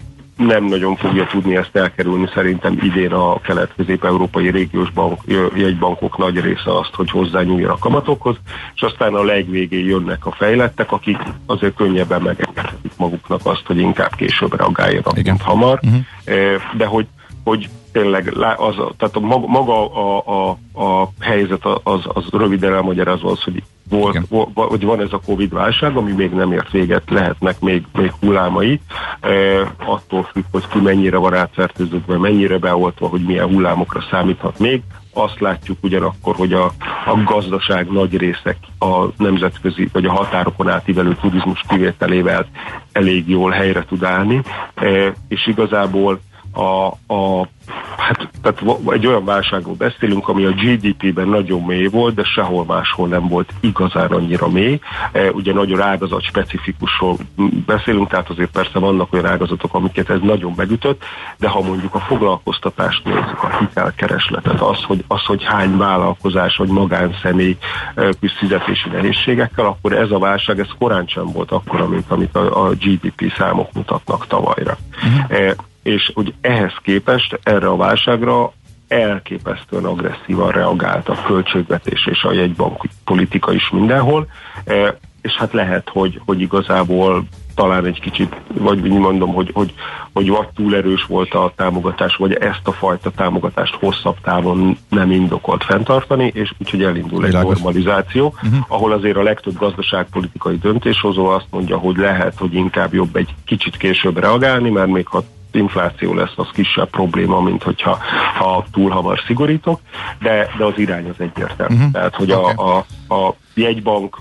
J: nem nagyon fogja tudni ezt elkerülni szerintem idén a kelet-közép-európai régiós bank, jegybankok nagy része azt, hogy hozzányúljon a kamatokhoz, és aztán a legvégén jönnek a fejlettek, akik azért könnyebben megengedhetik maguknak azt, hogy inkább később reagáljanak, mint hamar, uh-huh. de hogy, hogy tényleg az, tehát a maga a, a, a helyzet az, az röviden elmagyarázva az, hogy volt, hogy van ez a Covid-válság, ami még nem ért véget, lehetnek még, még hullámai, e, attól függ, hogy ki mennyire van átfertőződve, mennyire beoltva, hogy milyen hullámokra számíthat még. Azt látjuk ugyanakkor, hogy a, a gazdaság nagy részek a nemzetközi, vagy a határokon átívelő turizmus kivételével elég jól helyre tud állni, e, és igazából a, a hát tehát egy olyan válságról beszélünk, ami a gé dé pében nagyon mély volt, de sehol máshol nem volt igazán annyira mély. E, ugye nagyon ágazat specifikusról beszélünk, tehát azért persze vannak olyan ágazatok, amiket ez nagyon megütött, de ha mondjuk a foglalkoztatást nézzük, a hitelkeresletet, az, hogy, az, hogy hány vállalkozás vagy magánszemély e, küzd fizetési nehézségekkel, akkor ez a válság, ez korán sem volt akkora, mint amit a, a gé dé pé számok mutatnak tavalyra. Uh-huh. E, és hogy ehhez képest erre a válságra elképesztően agresszívan reagált a költségvetés és a jegybank politika is mindenhol, e, és hát lehet, hogy, hogy igazából talán egy kicsit, vagy úgy mondom, hogy, hogy, hogy vagy túl erős volt a támogatás, vagy ezt a fajta támogatást hosszabb távon nem indokolt fenntartani, és úgyhogy elindul egy Világos. normalizáció, uh-huh. ahol azért a legtöbb gazdaságpolitikai döntéshozó azt mondja, hogy lehet, hogy inkább jobb egy kicsit később reagálni, mert még ha infláció lesz, az kisebb probléma, mint hogyha ha túl hamar szigorítok, de, de az irány az egyértelmű. Uh-huh. Tehát, hogy okay. a, a, a jegybank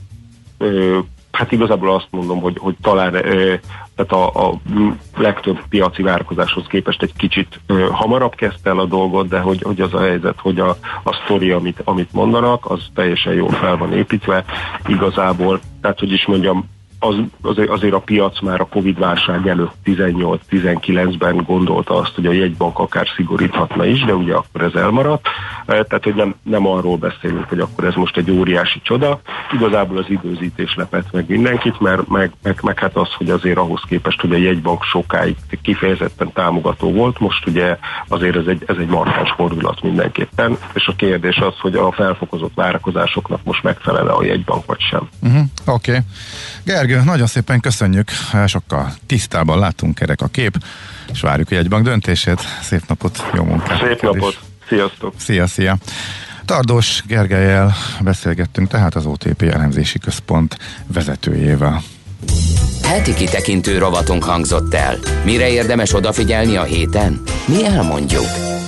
J: ö, hát igazából azt mondom, hogy, hogy talán ö, tehát a, a legtöbb piaci várakozáshoz képest egy kicsit ö, hamarabb kezdte el a dolgot, de hogy, hogy az a helyzet, hogy a, a sztori, amit, amit mondanak, az teljesen jól fel van építve igazából. Tehát, hogy is mondjam, Az, azért a piac már a Covid-válság előtt tizennyolc-tizenkilencben gondolta azt, hogy a jegybank akár szigoríthatna is, de ugye akkor ez elmaradt. Tehát, hogy nem, nem arról beszélünk, hogy akkor ez most egy óriási csoda. Igazából az időzítés lepett meg mindenkit, mert meg, meg, meg hát az, hogy azért ahhoz képest, hogy a jegybank sokáig kifejezetten támogató volt, most ugye azért ez egy, ez egy markáns fordulat mindenképpen, és a kérdés az, hogy a felfokozott várakozásoknak most megfelel-e a jegybank, vagy sem. Uh-huh.
D: Oké. Okay. Gergő, nagyon szépen köszönjük, sokkal tisztában látunk kerek a kép, és várjuk a jegybank döntését. Szép napot, jó munkát!
J: Szép napot, sziasztok!
D: Szia, szia! Tardós Gergellyel beszélgettünk, tehát az o té pé elemzési központ vezetőjével.
A: Heti kitekintő rovatunk hangzott el. Mire érdemes odafigyelni a héten? Mi elmondjuk.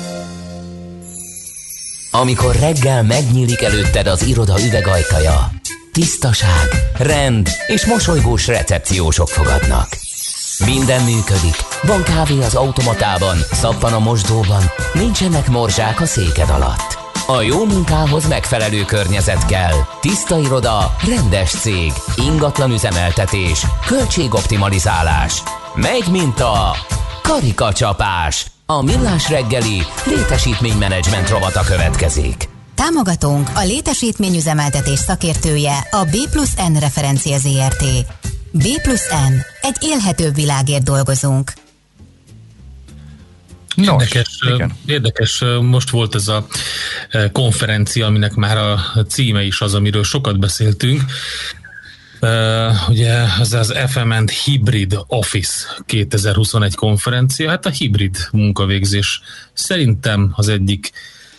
A: Amikor reggel megnyílik előtted az iroda üvegajtaja, tisztaság, rend és mosolygós recepciósok fogadnak. Minden működik. Van kávé az automatában, szappan a mosdóban, nincsenek morzsák a széked alatt. A jó munkához megfelelő környezet kell. Tiszta iroda, rendes cég, ingatlan üzemeltetés, költségoptimalizálás. Megy, mint a karikacsapás. A Millás reggeli létesítménymenedzsment rovata következik.
I: Támogatónk a létesítményüzemeltetés szakértője a B plusz N Referencia zé er té. B plusz N. Egy élhetőbb világért dolgozunk.
E: Nos, érdekes, érdekes, most volt ez a konferencia, aminek már a címe is az, amiről sokat beszéltünk. Uh, ugye ez az ef em and Hybrid Office kétezer-huszonegy konferencia, hát a hibrid munkavégzés szerintem az egyik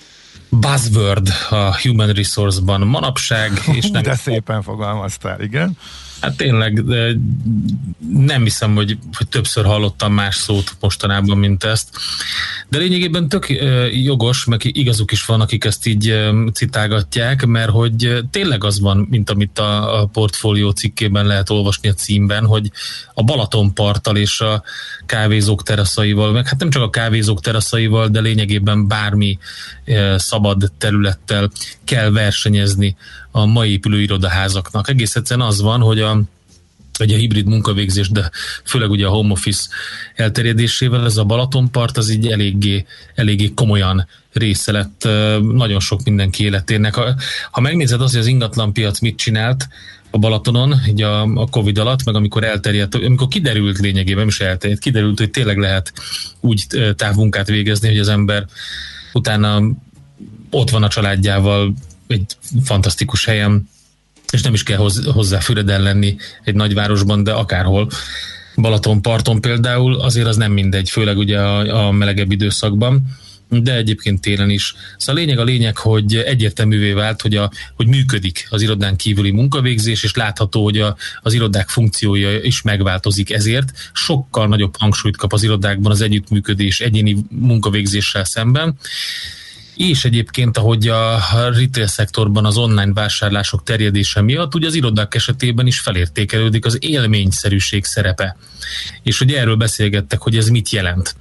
E: buzzword a human resource-ban manapság. És nem
D: de szépen fogalmaztál, igen.
E: Hát tényleg nem hiszem, hogy, hogy többször hallottam más szót mostanában, mint ezt. De lényegében tök jogos, meg igazuk is van, akik ezt így citálgatják, mert hogy tényleg az van, mint amit a, a portfólió cikkében lehet olvasni a címben, hogy a Balatonparttal és a kávézók teraszaival, meg hát nem csak a kávézók teraszaival, de lényegében bármi szabad területtel kell versenyezni a mai épülő irodaházaknak. Egész egyszerűen az van, hogy a, hogy a hibrid munkavégzés, de főleg ugye a home office elterjedésével ez a Balatonpart az így eléggé, eléggé komolyan része lett nagyon sok mindenki életének. Ha, ha megnézed azt, hogy az ingatlanpiac mit csinált a Balatonon, így a, a Covid alatt, meg amikor elterjedt, amikor kiderült lényegében, nem is elterjedt, kiderült, hogy tényleg lehet úgy távmunkát végezni, hogy az ember utána ott van a családjával egy fantasztikus helyen, és nem is kell hozzá Füreden lenni egy nagyvárosban, de akárhol. Balatonparton például azért az nem mindegy, főleg ugye a, a melegebb időszakban, de egyébként télen is. Szóval a lényeg a lényeg, hogy egyértelművé vált, hogy, a, hogy működik az irodán kívüli munkavégzés, és látható, hogy a, az irodák funkciója is megváltozik ezért. Sokkal nagyobb hangsúlyt kap az irodákban az együttműködés egyéni munkavégzéssel szemben, és egyébként, ahogy a retail szektorban az online vásárlások terjedése miatt, ugye az irodák esetében is felértékelődik az élményszerűség szerepe. És hogy erről beszélgettek, hogy ez mit jelent.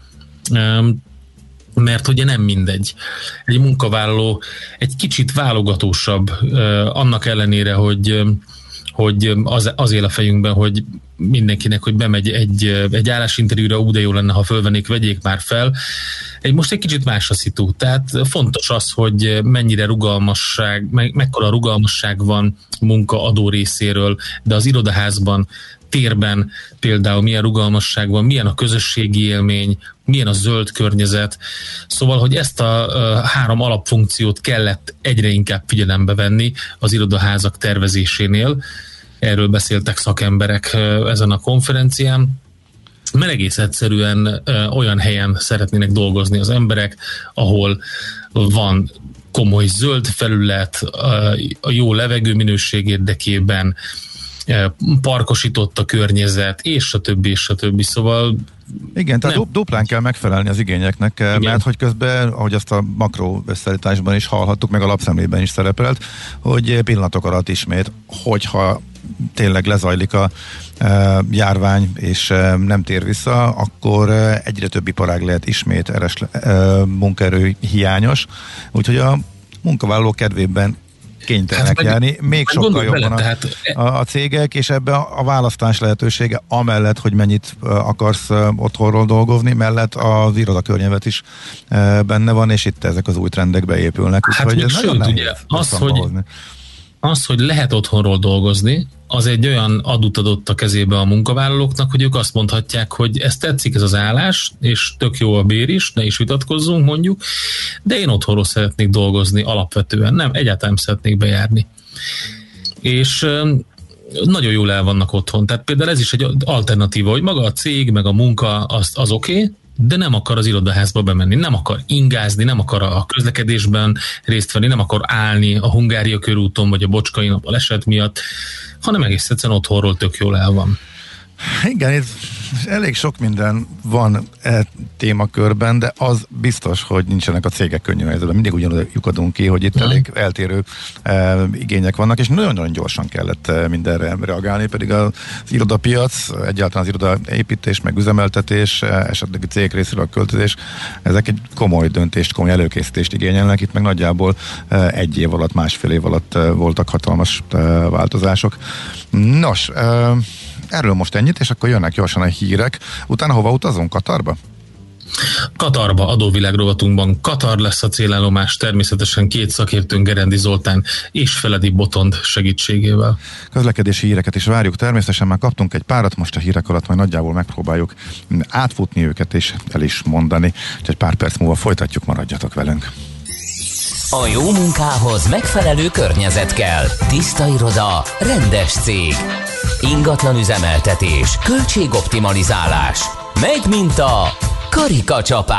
E: Mert ugye nem mindegy. Egy munkavállaló egy kicsit válogatósabb, annak ellenére, hogy hogy az, az él a fejünkben, hogy mindenkinek, hogy bemegy egy, egy állásinterjúra, úgy de jó lenne, ha fölvennék, vegyék már fel. Egy, most egy kicsit más a szitu. Tehát fontos az, hogy mennyire rugalmasság, me, mekkora rugalmasság van munkaadó részéről, de az irodaházban, térben például milyen rugalmasság van, milyen a közösségi élmény, milyen a zöld környezet. Szóval, hogy ezt a, a három alapfunkciót kellett egyre inkább figyelembe venni az irodaházak tervezésénél. Erről beszéltek szakemberek ezen a konferencián. Mert egész egyszerűen olyan helyen szeretnének dolgozni az emberek, ahol van komoly zöld felület, a jó levegő minőség érdekében, parkosított a környezet, és a többi, és a többi. Szóval
D: igen, tehát nem. duplán kell megfelelni az igényeknek, igen. Mert hogy közben, ahogy azt a makro összeállításban is hallhattuk, meg a lapszemlében is szerepelt, hogy pillanatok alatt ismét, hogyha tényleg lezajlik a e, járvány, és e, nem tér vissza, akkor e, egyre több iparág lehet ismét eres, e, munkaerő hiányos. Úgyhogy a munkavállaló kedvében kénytelenek hát járni. Még sokkal jobban a, a, a cégek, és ebben a választás lehetősége, amellett, hogy mennyit akarsz otthonról dolgozni, mellett az irodakörnyevet is benne van, és itt ezek az új trendek beépülnek.
E: Hát még sőt, ugye, az, hogy, az, hogy lehet otthonról dolgozni, az egy olyan adót adott a kezébe a munkavállalóknak, hogy ők azt mondhatják, hogy ez tetszik ez az állás, és tök jó a bér is, ne is vitatkozzunk mondjuk, de én otthonról szeretnék dolgozni alapvetően, nem, egyáltalán nem szeretnék bejárni. És nagyon jól el vannak otthon, tehát például ez is egy alternatíva, hogy maga a cég, meg a munka az, az oké, okay, de nem akar az irodaházba bemenni, nem akar ingázni, nem akar a közlekedésben részt venni, nem akar állni a Hungária körúton, vagy a Bocskai nap baleset miatt, hanem egész egyszerűen otthonról tök jól el van.
D: Igen, ez elég sok minden van e témakörben, de az biztos, hogy nincsenek a cégek könnyű helyzetben. Mindig ugyanúgy lyukadunk ki, hogy itt mm. elég eltérő e, igények vannak, és nagyon-nagyon gyorsan kellett e, mindenre reagálni, pedig az irodapiac, egyáltalán az irodaépítés, meg üzemeltetés, e, esetleg a cég részéről a költözés, ezek egy komoly döntést, komoly előkészítést igényelnek, itt meg nagyjából e, egy év alatt, másfél év alatt e, voltak hatalmas e, változások. Nos, e, erről most ennyit, és akkor jönnek gyorsan a hírek. Utána hova utazunk? Katarba?
E: Katarba, adóvilág rovatunkban. Katar lesz a célállomás, természetesen két szakértőnk, Gerendi Zoltán és Feledi Botond segítségével.
D: Közlekedési híreket is várjuk, természetesen már kaptunk egy párat, most a hírek alatt majd nagyjából megpróbáljuk átfutni őket és el is mondani. És egy pár perc múlva folytatjuk, maradjatok velünk.
A: A jó munkához megfelelő környezet kell. Tiszta iroda, rendes cég. Ingatlan üzemeltetés, költségoptimalizálás. Megy, mint a karikacsapás.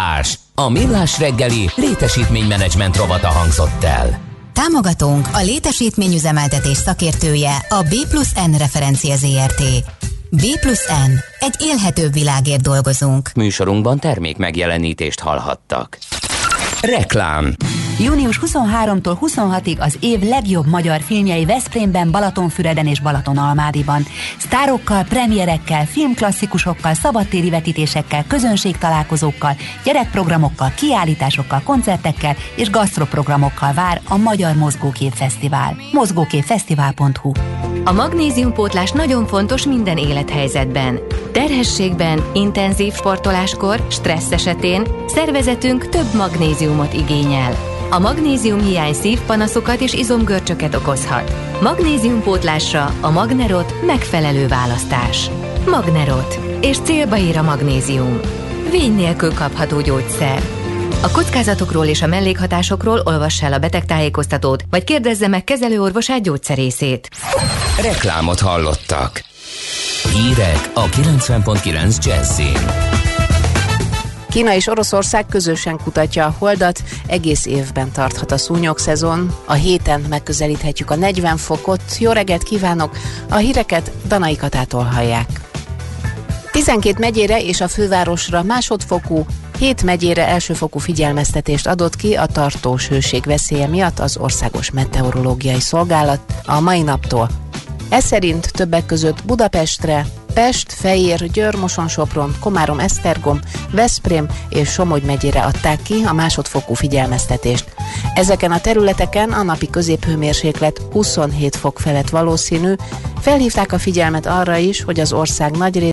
A: A Millás reggeli létesítménymenedzsment rovata hangzott el.
I: Támogatónk a létesítményüzemeltetés szakértője a B plusz N Referencia Zrt. B plusz N. Egy élhetőbb világért dolgozunk.
A: Műsorunkban termék megjelenítést hallhattak. Reklám.
K: június huszonharmadikától huszonhatodikáig az év legjobb magyar filmjei Veszprémben, Balatonfüreden és Balatonalmádiban. Sztárokkal, premierekkel, filmklasszikusokkal, szabadtéri vetítésekkel, közönségtalálkozókkal, gyerekprogramokkal, kiállításokkal, koncertekkel és gasztroprogramokkal vár a Magyar Mozgókép Fesztivál. mozgóképfesztivál pont hu.
L: A magnéziumpótlás nagyon fontos minden élethelyzetben. Terhességben, intenzív sportoláskor, stressz esetén szervezetünk több magnéziumot igényel. A magnézium hiány szívpanaszokat és izomgörcsöket okozhat. Magnéziumpótlásra a Magnerot megfelelő választás. Magnerot. És célba ér a magnézium. Vény nélkül kapható gyógyszer. A kockázatokról és a mellékhatásokról olvass el a betegtájékoztatót, vagy kérdezze meg kezelőorvosát, gyógyszerészét.
A: Reklámot hallottak. Hírek a kilencven pont kilenc Jazzin.
M: Kína és Oroszország közösen kutatja a Holdat, egész évben tarthat a szúnyogszezon. A héten megközelíthetjük a negyven fokot. Jó reggelt kívánok! A híreket Danai Katától hallják. tizenkét megyére és a fővárosra másodfokú, hét megyére elsőfokú figyelmeztetést adott ki a tartós hőség veszélye miatt az Országos Meteorológiai Szolgálat a mai naptól. Ez szerint többek között Budapestre, Pest, Fejér, Győr, Moson-Sopron, Komárom, Esztergom, Veszprém és Somogy megyére adták ki a másodfokú figyelmeztetést. Ezeken a területeken a napi középhőmérséklet huszonhét fok felett valószínű, felhívták a figyelmet arra is, hogy az ország nagy